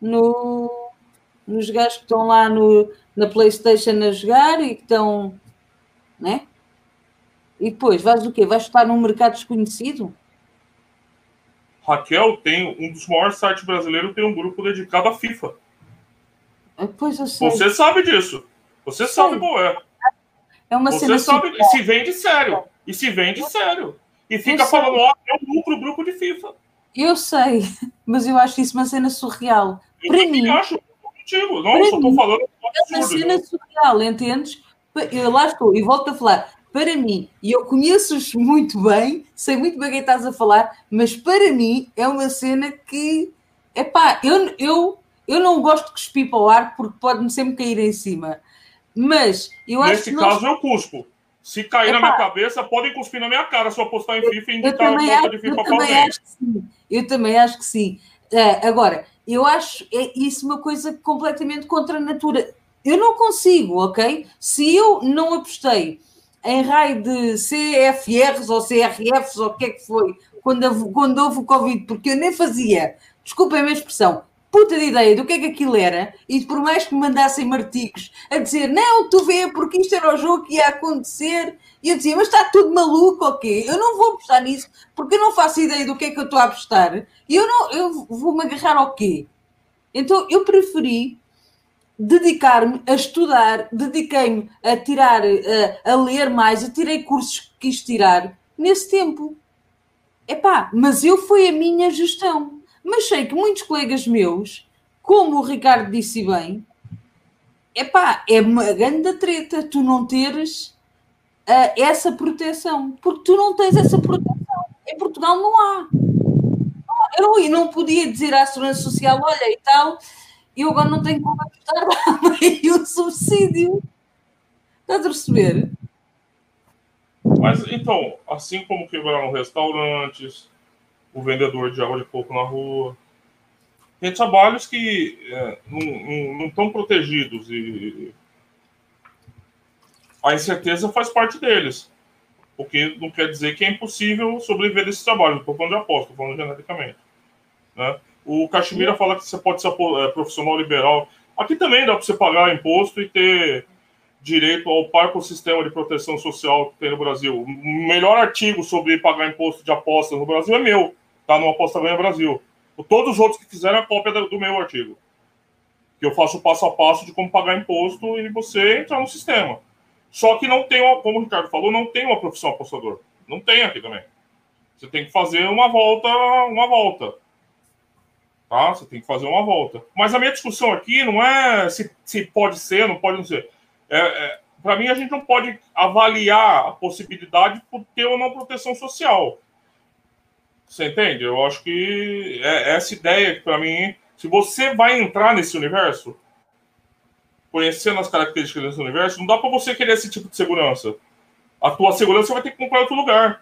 nos gajos que estão lá na PlayStation a jogar e que estão... Né? E depois, vais o quê? Vais estar num mercado desconhecido? Raquel tem um dos maiores sites brasileiros, tem um grupo dedicado à FIFA. Pois eu sei. Você sabe disso. Você sabe qual é. É uma Você cena sabe, super... e se vende sério. E se vende sério. E fica falando, ó, é um lucro o grupo de FIFA. Eu sei, mas eu acho isso uma cena surreal. Eu para também mim, acho contigo. Não, só estou falando é uma cena surreal, entendes? Eu lá estou, e volto a falar. Para mim, e eu conheço-os muito bem, sei muito bem quem estás a falar, mas para mim é uma cena que, epá, eu não gosto de cuspir para o ar porque pode-me sempre cair em cima. Mas eu acho que nesse caso eu cuspo. Se cair na minha cabeça, podem cuspir na minha cara se eu apostar em FIFA e indicar a conta de FIFA para alguém. Eu também acho que sim. Agora, eu acho isso uma coisa completamente contra a natura. Eu não consigo, ok? Se eu não apostei em raio de CFRs ou CRFs ou o que é que foi, quando houve o Covid, porque eu nem fazia, desculpem a minha expressão, puta de ideia do que é que aquilo era, e por mais que me mandassem artigos a dizer, não, tu vê, porque isto era o jogo que ia acontecer, e eu dizia, mas está tudo maluco, ok? Eu não vou apostar nisso, porque eu não faço ideia do que é que eu estou a apostar, e eu vou-me agarrar ao quê? Então, eu preferi dedicar-me a estudar, dediquei-me a tirar, a ler mais, eu tirei cursos que quis tirar nesse tempo. Mas foi a minha gestão. Mas sei que muitos colegas meus, como o Ricardo disse bem, é uma grande treta tu não teres essa proteção, porque tu não tens essa proteção. Em Portugal não há. Eu não podia dizer à Segurança Social, olha e tal, eu agora não tenho como apostar, dá-me o subsídio. Estás a perceber? Mas, então, assim como quebraram restaurantes, o vendedor de água de coco na rua, tem trabalhos que não estão protegidos e a incerteza faz parte deles. O que não quer dizer que é impossível sobreviver desse trabalho. Não estou falando de aposta, estou falando genericamente. Né? O Caxemira fala que você pode ser profissional liberal. Aqui também dá para você pagar imposto e ter direito ao parco sistema de proteção social que tem no Brasil. O melhor artigo sobre pagar imposto de apostas no Brasil é meu. Tá no Aposta Ganha Brasil. Todos os outros que quiserem a cópia do meu artigo. Que eu faço passo a passo de como pagar imposto e você entrar no sistema. Só que não tem, como o Ricardo falou, não tem uma profissão apostador. Não tem aqui também. Você tem que fazer uma volta. Tá? Você tem que fazer uma volta. Mas a minha discussão aqui não é se pode ser, não pode não ser. Para mim, a gente não pode avaliar a possibilidade por ter ou não proteção social. Você entende? Eu acho que essa ideia que, para mim, se você vai entrar nesse universo, conhecendo as características desse universo, não dá para você querer esse tipo de segurança. A tua segurança você vai ter que comprar em outro lugar.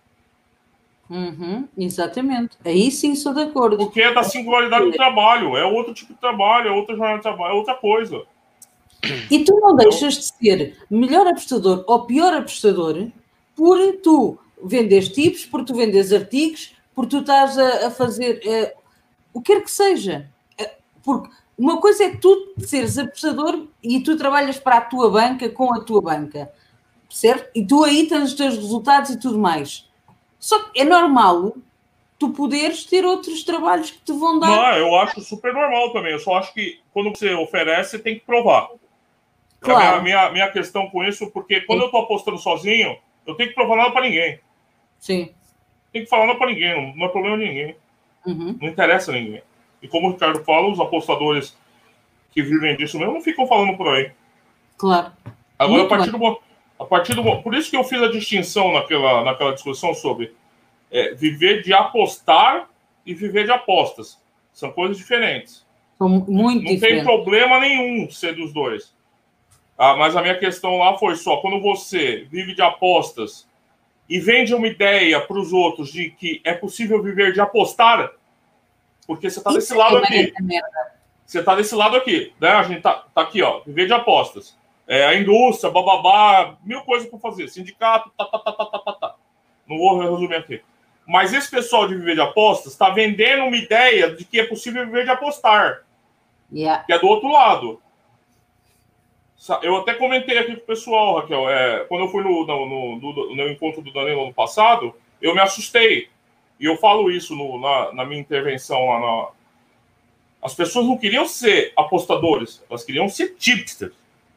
Exatamente. Aí sim sou de acordo. Porque é da singularidade do trabalho. É outro tipo de trabalho, é outra jornada de trabalho, é outra coisa. E tu não deixas de ser melhor apostador ou pior apostador por tu vendes tips, por tu vendes artigos, por tu estás a fazer o que quer que seja. Porque uma coisa é tu seres apostador e tu trabalhas para a tua banca com a tua banca, certo? E tu aí tens os teus resultados e tudo mais. Só que é normal tu poderes ter outros trabalhos que te vão dar... Não, eu acho super normal também. Eu só acho que quando você oferece, você tem que provar. Claro. A minha questão com isso, porque quando eu estou apostando sozinho, eu tenho que provar nada para ninguém. Sim. Tem que falar nada para ninguém, não é problema de ninguém. Não interessa a ninguém. E como o Ricardo fala, os apostadores que vivem disso mesmo não ficam falando por aí. Claro. Agora, a partir do por isso que eu fiz a distinção naquela discussão sobre viver de apostar e viver de apostas. São coisas diferentes. São muito diferentes. Não tem problema nenhum ser dos dois. Mas a minha questão lá foi só, quando você vive de apostas e vende uma ideia para os outros de que é possível viver de apostar, porque você está desse lado aqui. Você está desse lado aqui, né? A gente tá aqui, ó, viver de apostas. A indústria, bababá, mil coisas para fazer. Sindicato, tá. Não vou resumir aqui. Mas esse pessoal de viver de apostas está vendendo uma ideia de que é possível viver de apostar. Yeah. Que é do outro lado. Eu até comentei aqui com o pessoal, Raquel, quando eu fui no encontro do Danilo ano passado, eu me assustei. E eu falo isso na minha intervenção lá. As pessoas não queriam ser apostadores, elas queriam ser tipsters.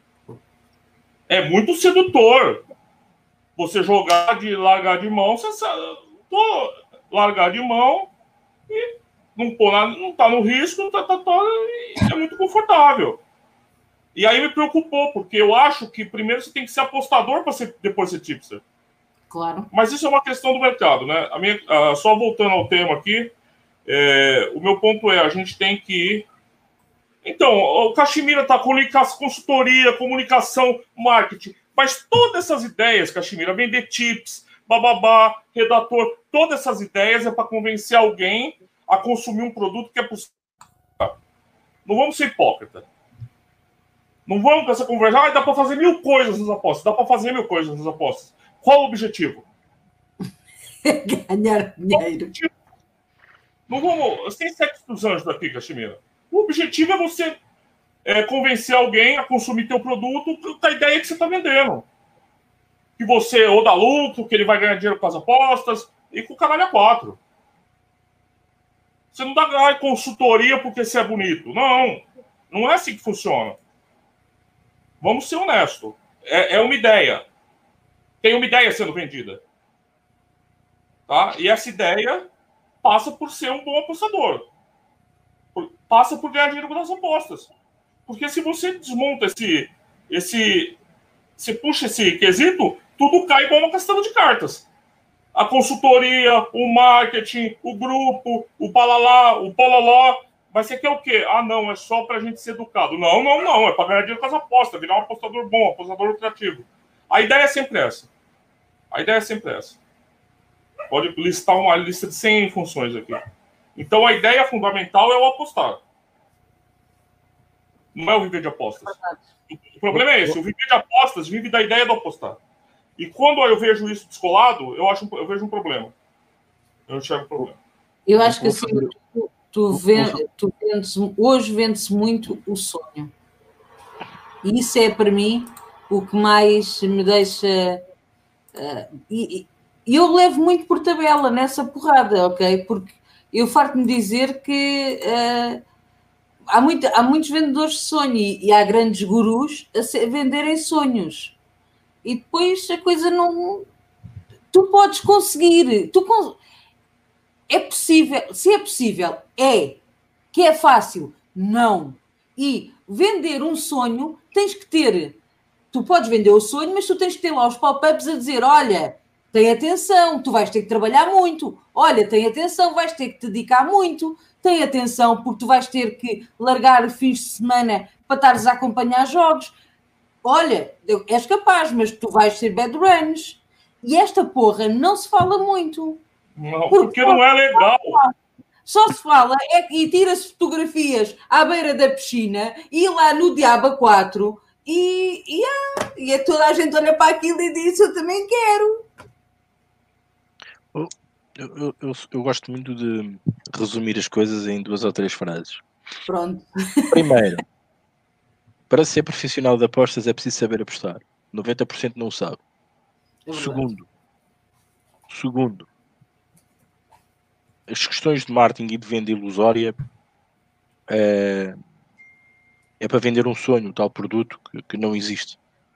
É muito sedutor você jogar de largar de mão, largar de mão e não tá no risco, é muito confortável. E aí me preocupou, porque eu acho que primeiro você tem que ser apostador para depois ser tipster. Claro. Mas isso é uma questão do mercado, né? Só voltando ao tema aqui, o meu ponto a gente tem que... Então, o Caxemira está com consultoria, comunicação, marketing, mas todas essas ideias, Caxemira, vender tips, bababá, redator, todas essas ideias é para convencer alguém a consumir um produto que é possível. Não vamos ser hipócritas. Não vamos com essa conversa. Dá para fazer 1000 coisas nas apostas. Dá para fazer 1000 coisas nas apostas. Qual o objetivo? Ganhar dinheiro. Não vamos... Tem sexo dos anjos daqui, Caxemira. O objetivo é você convencer alguém a consumir teu produto com a ideia que você está vendendo. Que você ou dá lucro, que ele vai ganhar dinheiro com as apostas, e com o caralho a 4. Você não dá consultoria porque você é bonito. Não. Não é assim que funciona. Vamos ser honestos. É uma ideia. Tem uma ideia sendo vendida. Tá? E essa ideia passa por ser um bom apostador. Passa por ganhar dinheiro das apostas. Porque se você desmonta você puxa esse quesito, tudo cai igual uma castelo de cartas. A consultoria, o marketing, o grupo, o balalá, o bololó. Mas você quer o quê? Ah, não, é só pra gente ser educado. Não, não, não. É pra ganhar dinheiro com as apostas, virar um apostador bom, um apostador lucrativo. A ideia é sempre essa. A ideia é sempre essa. Pode listar uma lista de 100 funções aqui. Então, a ideia fundamental é o apostar. Não é o viver de apostas. O problema é esse. O viver de apostas vive da ideia do apostar. E quando eu vejo isso descolado, eu vejo um problema. Eu enxergo um problema. Eu acho que assim, hoje vende-se muito o sonho. E isso é, para mim, o que mais me deixa... E eu levo muito por tabela nessa porrada, ok? Porque eu farto-me dizer que há muitos vendedores de sonho e há grandes gurus a venderem sonhos. E depois a coisa não... Tu podes conseguir... É possível. Se é possível, é. Que é fácil, não. E vender um sonho, tens que ter... Tu podes vender o sonho, mas tu tens que ter lá os pop-ups a dizer, olha, tem atenção, tu vais ter que trabalhar muito. Olha, tem atenção, vais ter que te dedicar muito. Tem atenção, porque tu vais ter que largar fins de semana para estares a acompanhar jogos. Olha, és capaz, mas tu vais ser bad runs. E esta porra não se fala muito. Não, porque não é legal. Só se fala e tira-se fotografias à beira da piscina e lá no Diaba 4 e toda a gente olha para aquilo e diz, eu também quero. Eu gosto muito de resumir as coisas em 2 ou 3 frases. Pronto. Primeiro, para ser profissional de apostas é preciso saber apostar. 90% não o sabe. Segundo, as questões de marketing e de venda ilusória é para vender um sonho, um tal produto que não existe.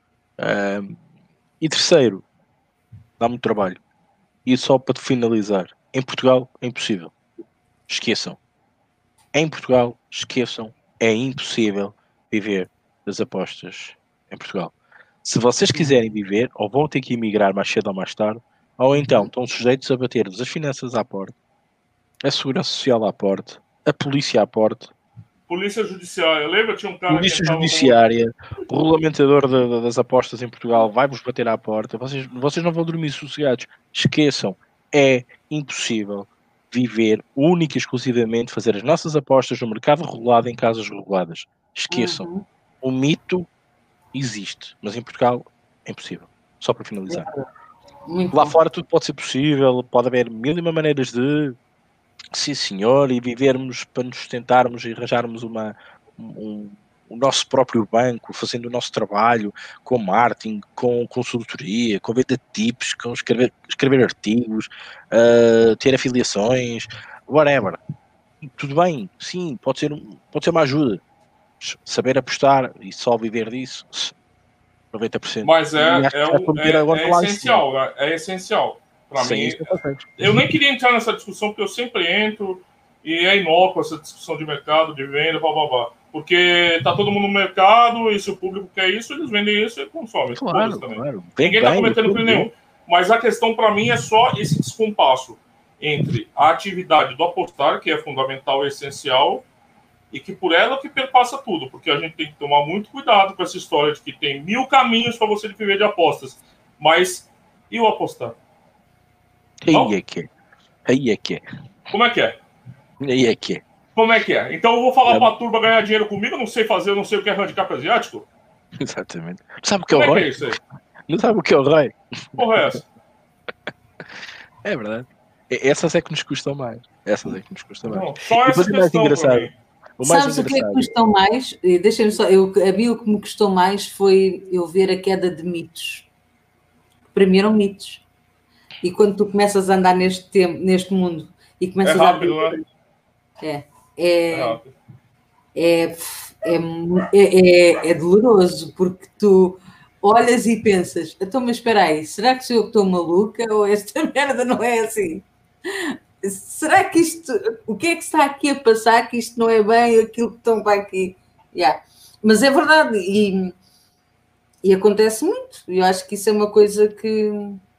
E terceiro, dá muito trabalho. E só para finalizar, em Portugal é impossível. Esqueçam. Em Portugal, esqueçam. É impossível viver das apostas em Portugal. Se vocês quiserem viver, ou vão ter que emigrar mais cedo ou mais tarde, ou então estão sujeitos a bater-vos as finanças à porta, a segurança social à porta, a polícia à porta, Polícia Judiciária. Lembra? Tinha um cara polícia judiciária, o regulamentador das apostas em Portugal vai-vos bater à porta. Vocês não vão dormir sossegados. Esqueçam. É impossível viver única e exclusivamente, fazer as nossas apostas no mercado regulado em casas reguladas. Esqueçam. O mito existe, mas em Portugal é impossível. Só para finalizar. Lá fora tudo pode ser possível, pode haver mil e uma maneiras de... Sim, senhor, e vivermos para nos sustentarmos e arranjarmos o nosso próprio banco, fazendo o nosso trabalho com marketing, com consultoria, com venda de tips, com escrever artigos, ter afiliações, whatever. Tudo bem, sim, pode ser uma ajuda. Saber apostar e só viver disso, 90%. Mas é essencial, né? É essencial. Para mim, eu nem queria entrar nessa discussão, porque eu sempre entro e é inócua essa discussão de mercado, de venda, blá, blá, blá. Porque tá todo mundo no mercado e se o público quer isso, eles vendem isso e consomem. Claro. Ninguém tá cometendo crime nenhum. Mas a questão para mim é só esse descompasso entre a atividade do apostar, que é fundamental e essencial, e que por ela que perpassa tudo, porque a gente tem que tomar muito cuidado com essa história de que tem 1000 caminhos para você viver de apostas. Mas e o apostar? Aí é que é. Como é que é? Aí é que é. Como é que é? Então eu vou falar pra turma ganhar dinheiro comigo, eu não sei fazer, eu não sei o que é handicap asiático? Exatamente. Não sabe o que é o ROI? É isso aí? Não sabe o que é o ROI? Porra é essa? É verdade. Essas é que nos custam mais. Não, só essa questão pra mim. Sabes o que é que custou mais? Deixa-me só, a mim o que me custou mais foi eu ver a queda de mitos. Para mim eram mitos. E quando tu começas a andar neste mundo e começas rápido, a... né? é doloroso, porque tu olhas e pensas, então, mas espera aí, será que sou eu que estou maluca ou esta merda não é assim? Será que isto, o que é que está aqui a passar, que isto não é bem aquilo que estão para aqui? Yeah. Mas é verdade, e acontece muito, eu acho que isso é uma coisa que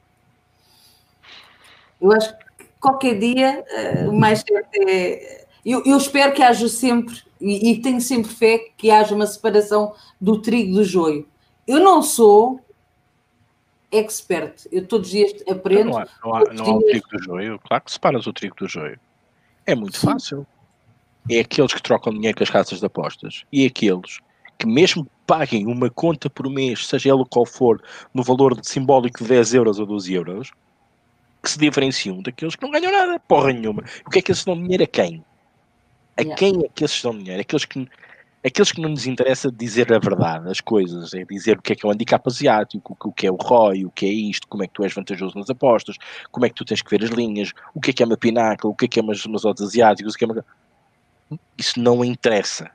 eu acho que qualquer dia, mais certo é. Eu espero que haja sempre, e tenho sempre fé que haja uma separação do trigo do joio. Eu não sou expert, eu todos os dias Então aprendo. não há o trigo do joio. Claro que separas o trigo do joio. É muito fácil. É aqueles que trocam dinheiro com as casas de apostas e aqueles que mesmo que paguem uma conta por mês, seja ela qual for, no valor simbólico de 10 euros ou 12 euros, que se diferenciam daqueles que não ganham nada, porra nenhuma. O que é que eles dão dinheiro a quem? A quem é que eles dão dinheiro? Aqueles que não nos interessa dizer a verdade, as coisas, é dizer o que é o handicap asiático, o que é o ROI, o que é isto, como é que tu és vantajoso nas apostas, como é que tu tens que ver as linhas, o que é uma pináculo, o que é umas odds asiáticos, o que é uma... Isso não interessa.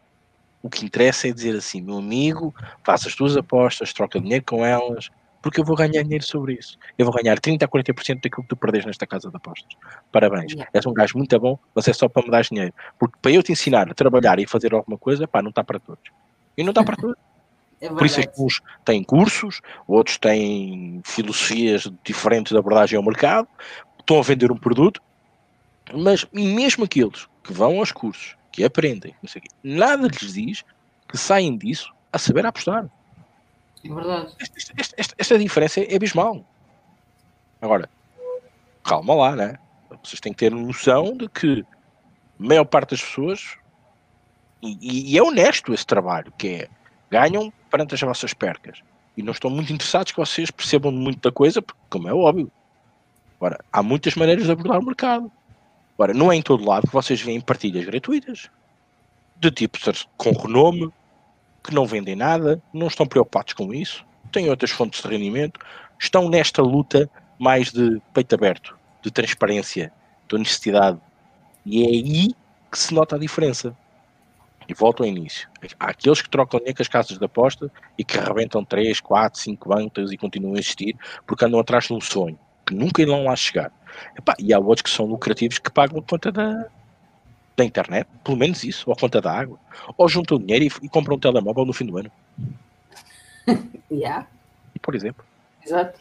O que interessa é dizer assim, meu amigo, faça as tuas apostas, troca dinheiro com elas, porque eu vou ganhar dinheiro sobre isso. Eu vou ganhar 30% a 40% daquilo que tu perdes nesta casa de apostas. Parabéns. És um gajo muito bom, mas é só para me dar dinheiro. Porque para eu te ensinar a trabalhar e fazer alguma coisa, pá, não está para todos. E não está para todos. Por isso é que uns têm cursos, outros têm filosofias diferentes de abordagem ao mercado, estão a vender um produto, mas e mesmo aqueles que vão aos cursos, que aprendem, não sei o quê, nada lhes diz que saem disso a saber apostar. É verdade. Esta diferença é abismal. Agora, calma lá, né? Vocês têm que ter noção de que a maior parte das pessoas, e é honesto esse trabalho, que é, ganham perante as vossas percas. E não estão muito interessados que vocês percebam muito da coisa, porque, como é óbvio. Agora, há muitas maneiras de abordar o mercado. Agora, não é em todo lado que vocês veem partilhas gratuitas. De tipo com renome, que não vendem nada, não estão preocupados com isso, têm outras fontes de rendimento, estão nesta luta mais de peito aberto, de transparência, de honestidade. E é aí que se nota a diferença. E volto ao início. Há aqueles que trocam dinheiro com as casas de aposta e que arrebentam 3, 4, 5 bancas e continuam a existir porque andam atrás de um sonho, que nunca irão lá chegar. E há outros que são lucrativos que pagam a conta da internet, pelo menos isso, ou a conta da água, ou juntam dinheiro e compram um telemóvel no fim do ano. Por exemplo. Exato.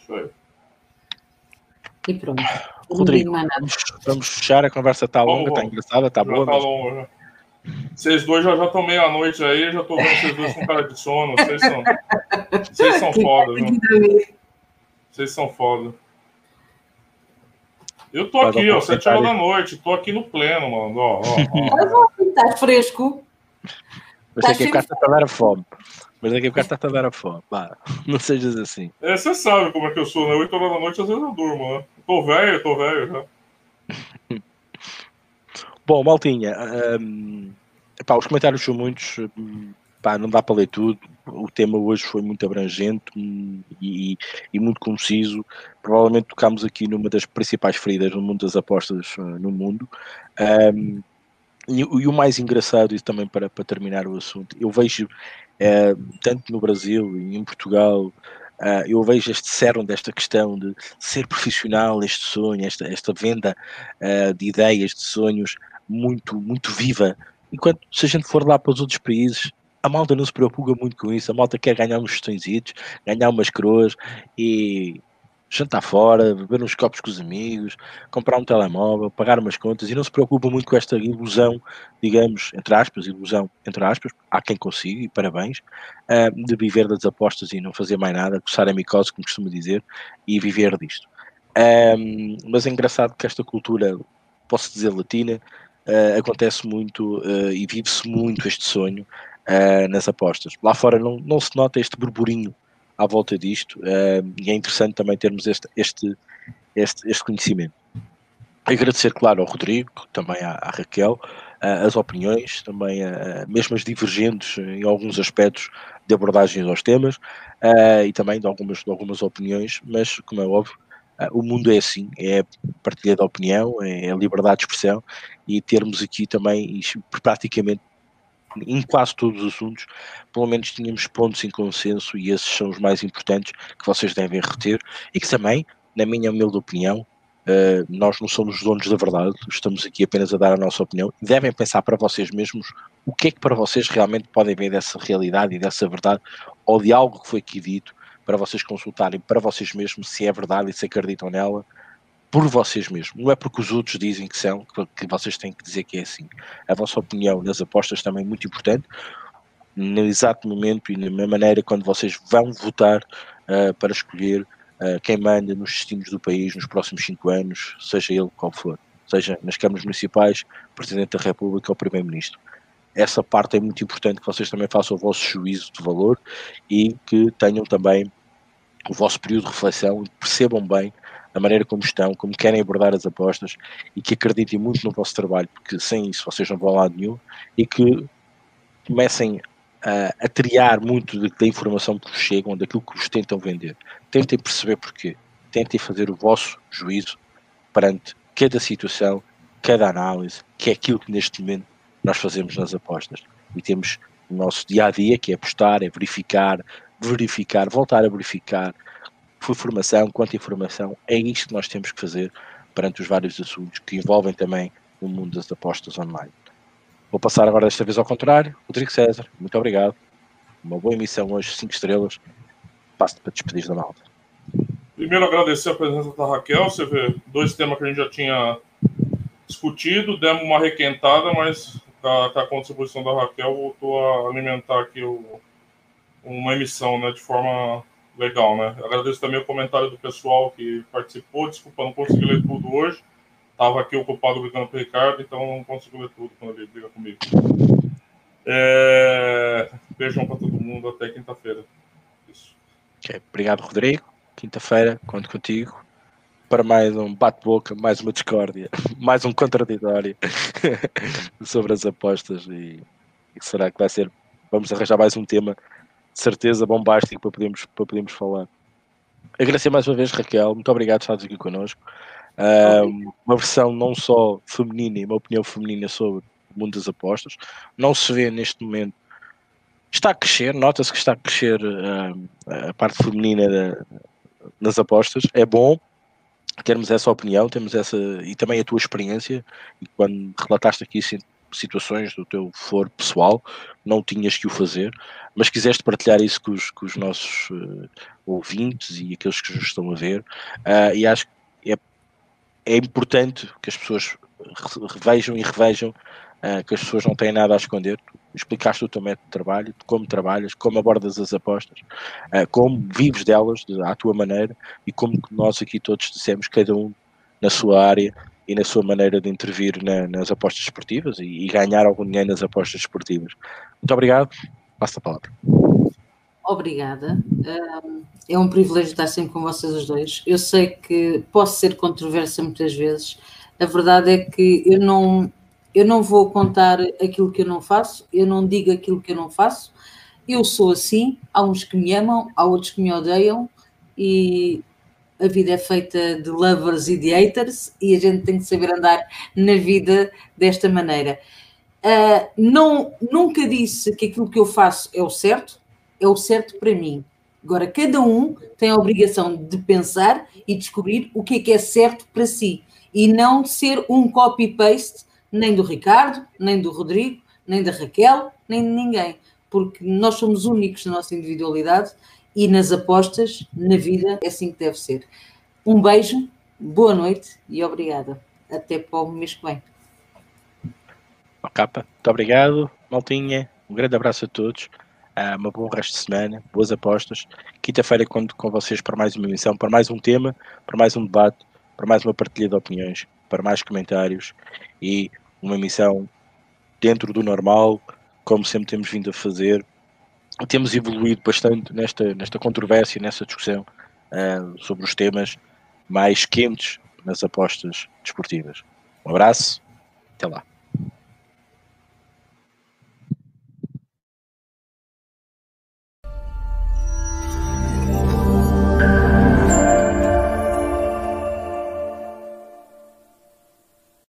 E pronto. Rodrigo, vamos fechar, a conversa está longa, está engraçada, está boa. Tá longa. Vocês dois já estão meia-noite aí, já estou vendo vocês dois com cara de sono. Vocês são foda, viu? Vocês são foda. Eu tô aqui, ó, 7 horas da noite, tô aqui no pleno, mano. Ó. Tá fresco. Mas daqui a bocado está a dar a fome. Não sejas assim. Você sabe como é que eu sou, né? 8 horas da noite, às vezes eu durmo, né? Tô velho já. Bom, maltinha, os comentários são muitos, não dá para ler tudo. O tema hoje foi muito abrangente e muito conciso. Provavelmente tocámos aqui numa das principais feridas no mundo das apostas no mundo. E o mais engraçado, e também para terminar o assunto, eu vejo, tanto no Brasil e em Portugal, eu vejo este cerne desta questão de ser profissional, este sonho, esta venda de ideias, de sonhos, muito, muito viva. Enquanto, se a gente for lá para os outros países, a malta não se preocupa muito com isso. A malta quer ganhar uns tostõezitos, ganhar umas coroas e jantar fora, beber uns copos com os amigos, comprar um telemóvel, pagar umas contas, e não se preocupa muito com esta ilusão, digamos, entre aspas, há quem consiga, e parabéns, de viver das apostas e não fazer mais nada, coçar a micose, como costuma dizer, e viver disto. Mas é engraçado que esta cultura, posso dizer latina, acontece muito e vive-se muito este sonho nas apostas. Lá fora não se nota este burburinho à volta disto, e é interessante também termos este conhecimento. Agradecer, claro, ao Rodrigo, também à Raquel, as opiniões, também mesmo as divergentes em alguns aspectos de abordagens aos temas, e também de algumas opiniões, mas, como é óbvio, o mundo é assim, é partilha de opinião, é liberdade de expressão, e termos aqui também praticamente em quase todos os assuntos, pelo menos tínhamos pontos em consenso, e esses são os mais importantes que vocês devem reter, e que também, na minha humilde opinião, nós não somos donos da verdade, estamos aqui apenas a dar a nossa opinião, e devem pensar para vocês mesmos o que é que para vocês realmente podem ver dessa realidade e dessa verdade, ou de algo que foi aqui dito, para vocês consultarem para vocês mesmos se é verdade e se acreditam nela, por vocês mesmos. Não é porque os outros dizem que são, que vocês têm que dizer que é assim. A vossa opinião nas apostas também é muito importante, no exato momento e na maneira quando vocês vão votar para escolher quem manda nos destinos do país nos próximos 5 anos, seja ele qual for, seja nas câmaras municipais, Presidente da República ou Primeiro-Ministro. Essa parte é muito importante, que vocês também façam o vosso juízo de valor e que tenham também o vosso período de reflexão, percebam bem a maneira como estão, como querem abordar as apostas, e que acreditem muito no vosso trabalho, porque sem isso vocês não vão a lado nenhum, e que comecem a triar muito da informação que vos chegam, daquilo que vos tentam vender. Tentem perceber porquê. Tentem fazer o vosso juízo perante cada situação, cada análise, que é aquilo que neste momento nós fazemos nas apostas. E temos o nosso dia-a-dia, que é apostar, é verificar, voltar a verificar, foi formação, quanto informação, é isto que nós temos que fazer perante os vários assuntos que envolvem também o mundo das apostas online. Vou passar agora desta vez ao contrário. Rodrigo César, muito obrigado. Uma boa emissão hoje, 5 estrelas. Passo-te para despedir da malta. Primeiro, agradecer a presença da Raquel. Você vê, 2 temas que a gente já tinha discutido, demos uma requentada, mas a contribuição da Raquel voltou a alimentar aqui uma emissão, né, de forma legal, né? Agradeço também o comentário do pessoal que participou. Desculpa, não consegui ler tudo hoje. Estava aqui ocupado brigando com o Ricardo, então não consigo ler tudo quando ele briga comigo. Beijão para todo mundo, até quinta-feira. Isso. Okay. Obrigado, Rodrigo. Quinta-feira, conto contigo para mais um bate-boca, mais uma discórdia, mais um contraditório sobre as apostas, e será que vai ser? Vamos arranjar mais um tema de certeza bombástico para podermos falar. Agradecer mais uma vez, Raquel, muito obrigado por estares aqui connosco. Uma versão não só feminina e uma opinião feminina sobre o mundo das apostas. Não se vê neste momento, está a crescer, nota-se que está a crescer a parte feminina nas apostas. É bom termos essa opinião, temos essa, e também a tua experiência, e quando relataste aqui situações do teu foro pessoal, não tinhas que o fazer, mas quiseste partilhar isso com os nossos ouvintes e aqueles que nos estão a ver, e acho que é importante que as pessoas revejam que as pessoas não têm nada a esconder. Tu explicaste o teu método de trabalho, como trabalhas, como abordas as apostas, como vives delas à tua maneira, e como nós aqui todos dissemos, cada um na sua área e na sua maneira de intervir nas apostas esportivas e ganhar algum dinheiro nas apostas esportivas. Muito obrigado. Passo a palavra. Obrigada. É um privilégio estar sempre com vocês os dois. Eu sei que posso ser controversa muitas vezes. A verdade é que eu não vou contar aquilo que eu não faço, eu não digo aquilo que eu não faço. Eu sou assim, há uns que me amam, há outros que me odeiam, e a vida é feita de lovers e de haters, e a gente tem que saber andar na vida desta maneira. Nunca disse que aquilo que eu faço é o certo para mim. Agora, cada um tem a obrigação de pensar e descobrir o que é certo para si, e não ser um copy-paste nem do Ricardo, nem do Rodrigo, nem da Raquel, nem de ninguém, porque nós somos únicos na nossa individualidade, e nas apostas, na vida, é assim que deve ser. Um beijo, boa noite e obrigada. Até para o mês que vem. Capa, muito obrigado, maltinha. Um grande abraço a todos. Uma boa resto de semana, boas apostas. Quinta-feira conto com vocês para mais uma emissão, para mais um tema, para mais um debate, para mais uma partilha de opiniões, para mais comentários e uma emissão dentro do normal, como sempre temos vindo a fazer. Temos evoluído bastante nesta controvérsia, nessa discussão sobre os temas mais quentes nas apostas desportivas. Um abraço, até lá.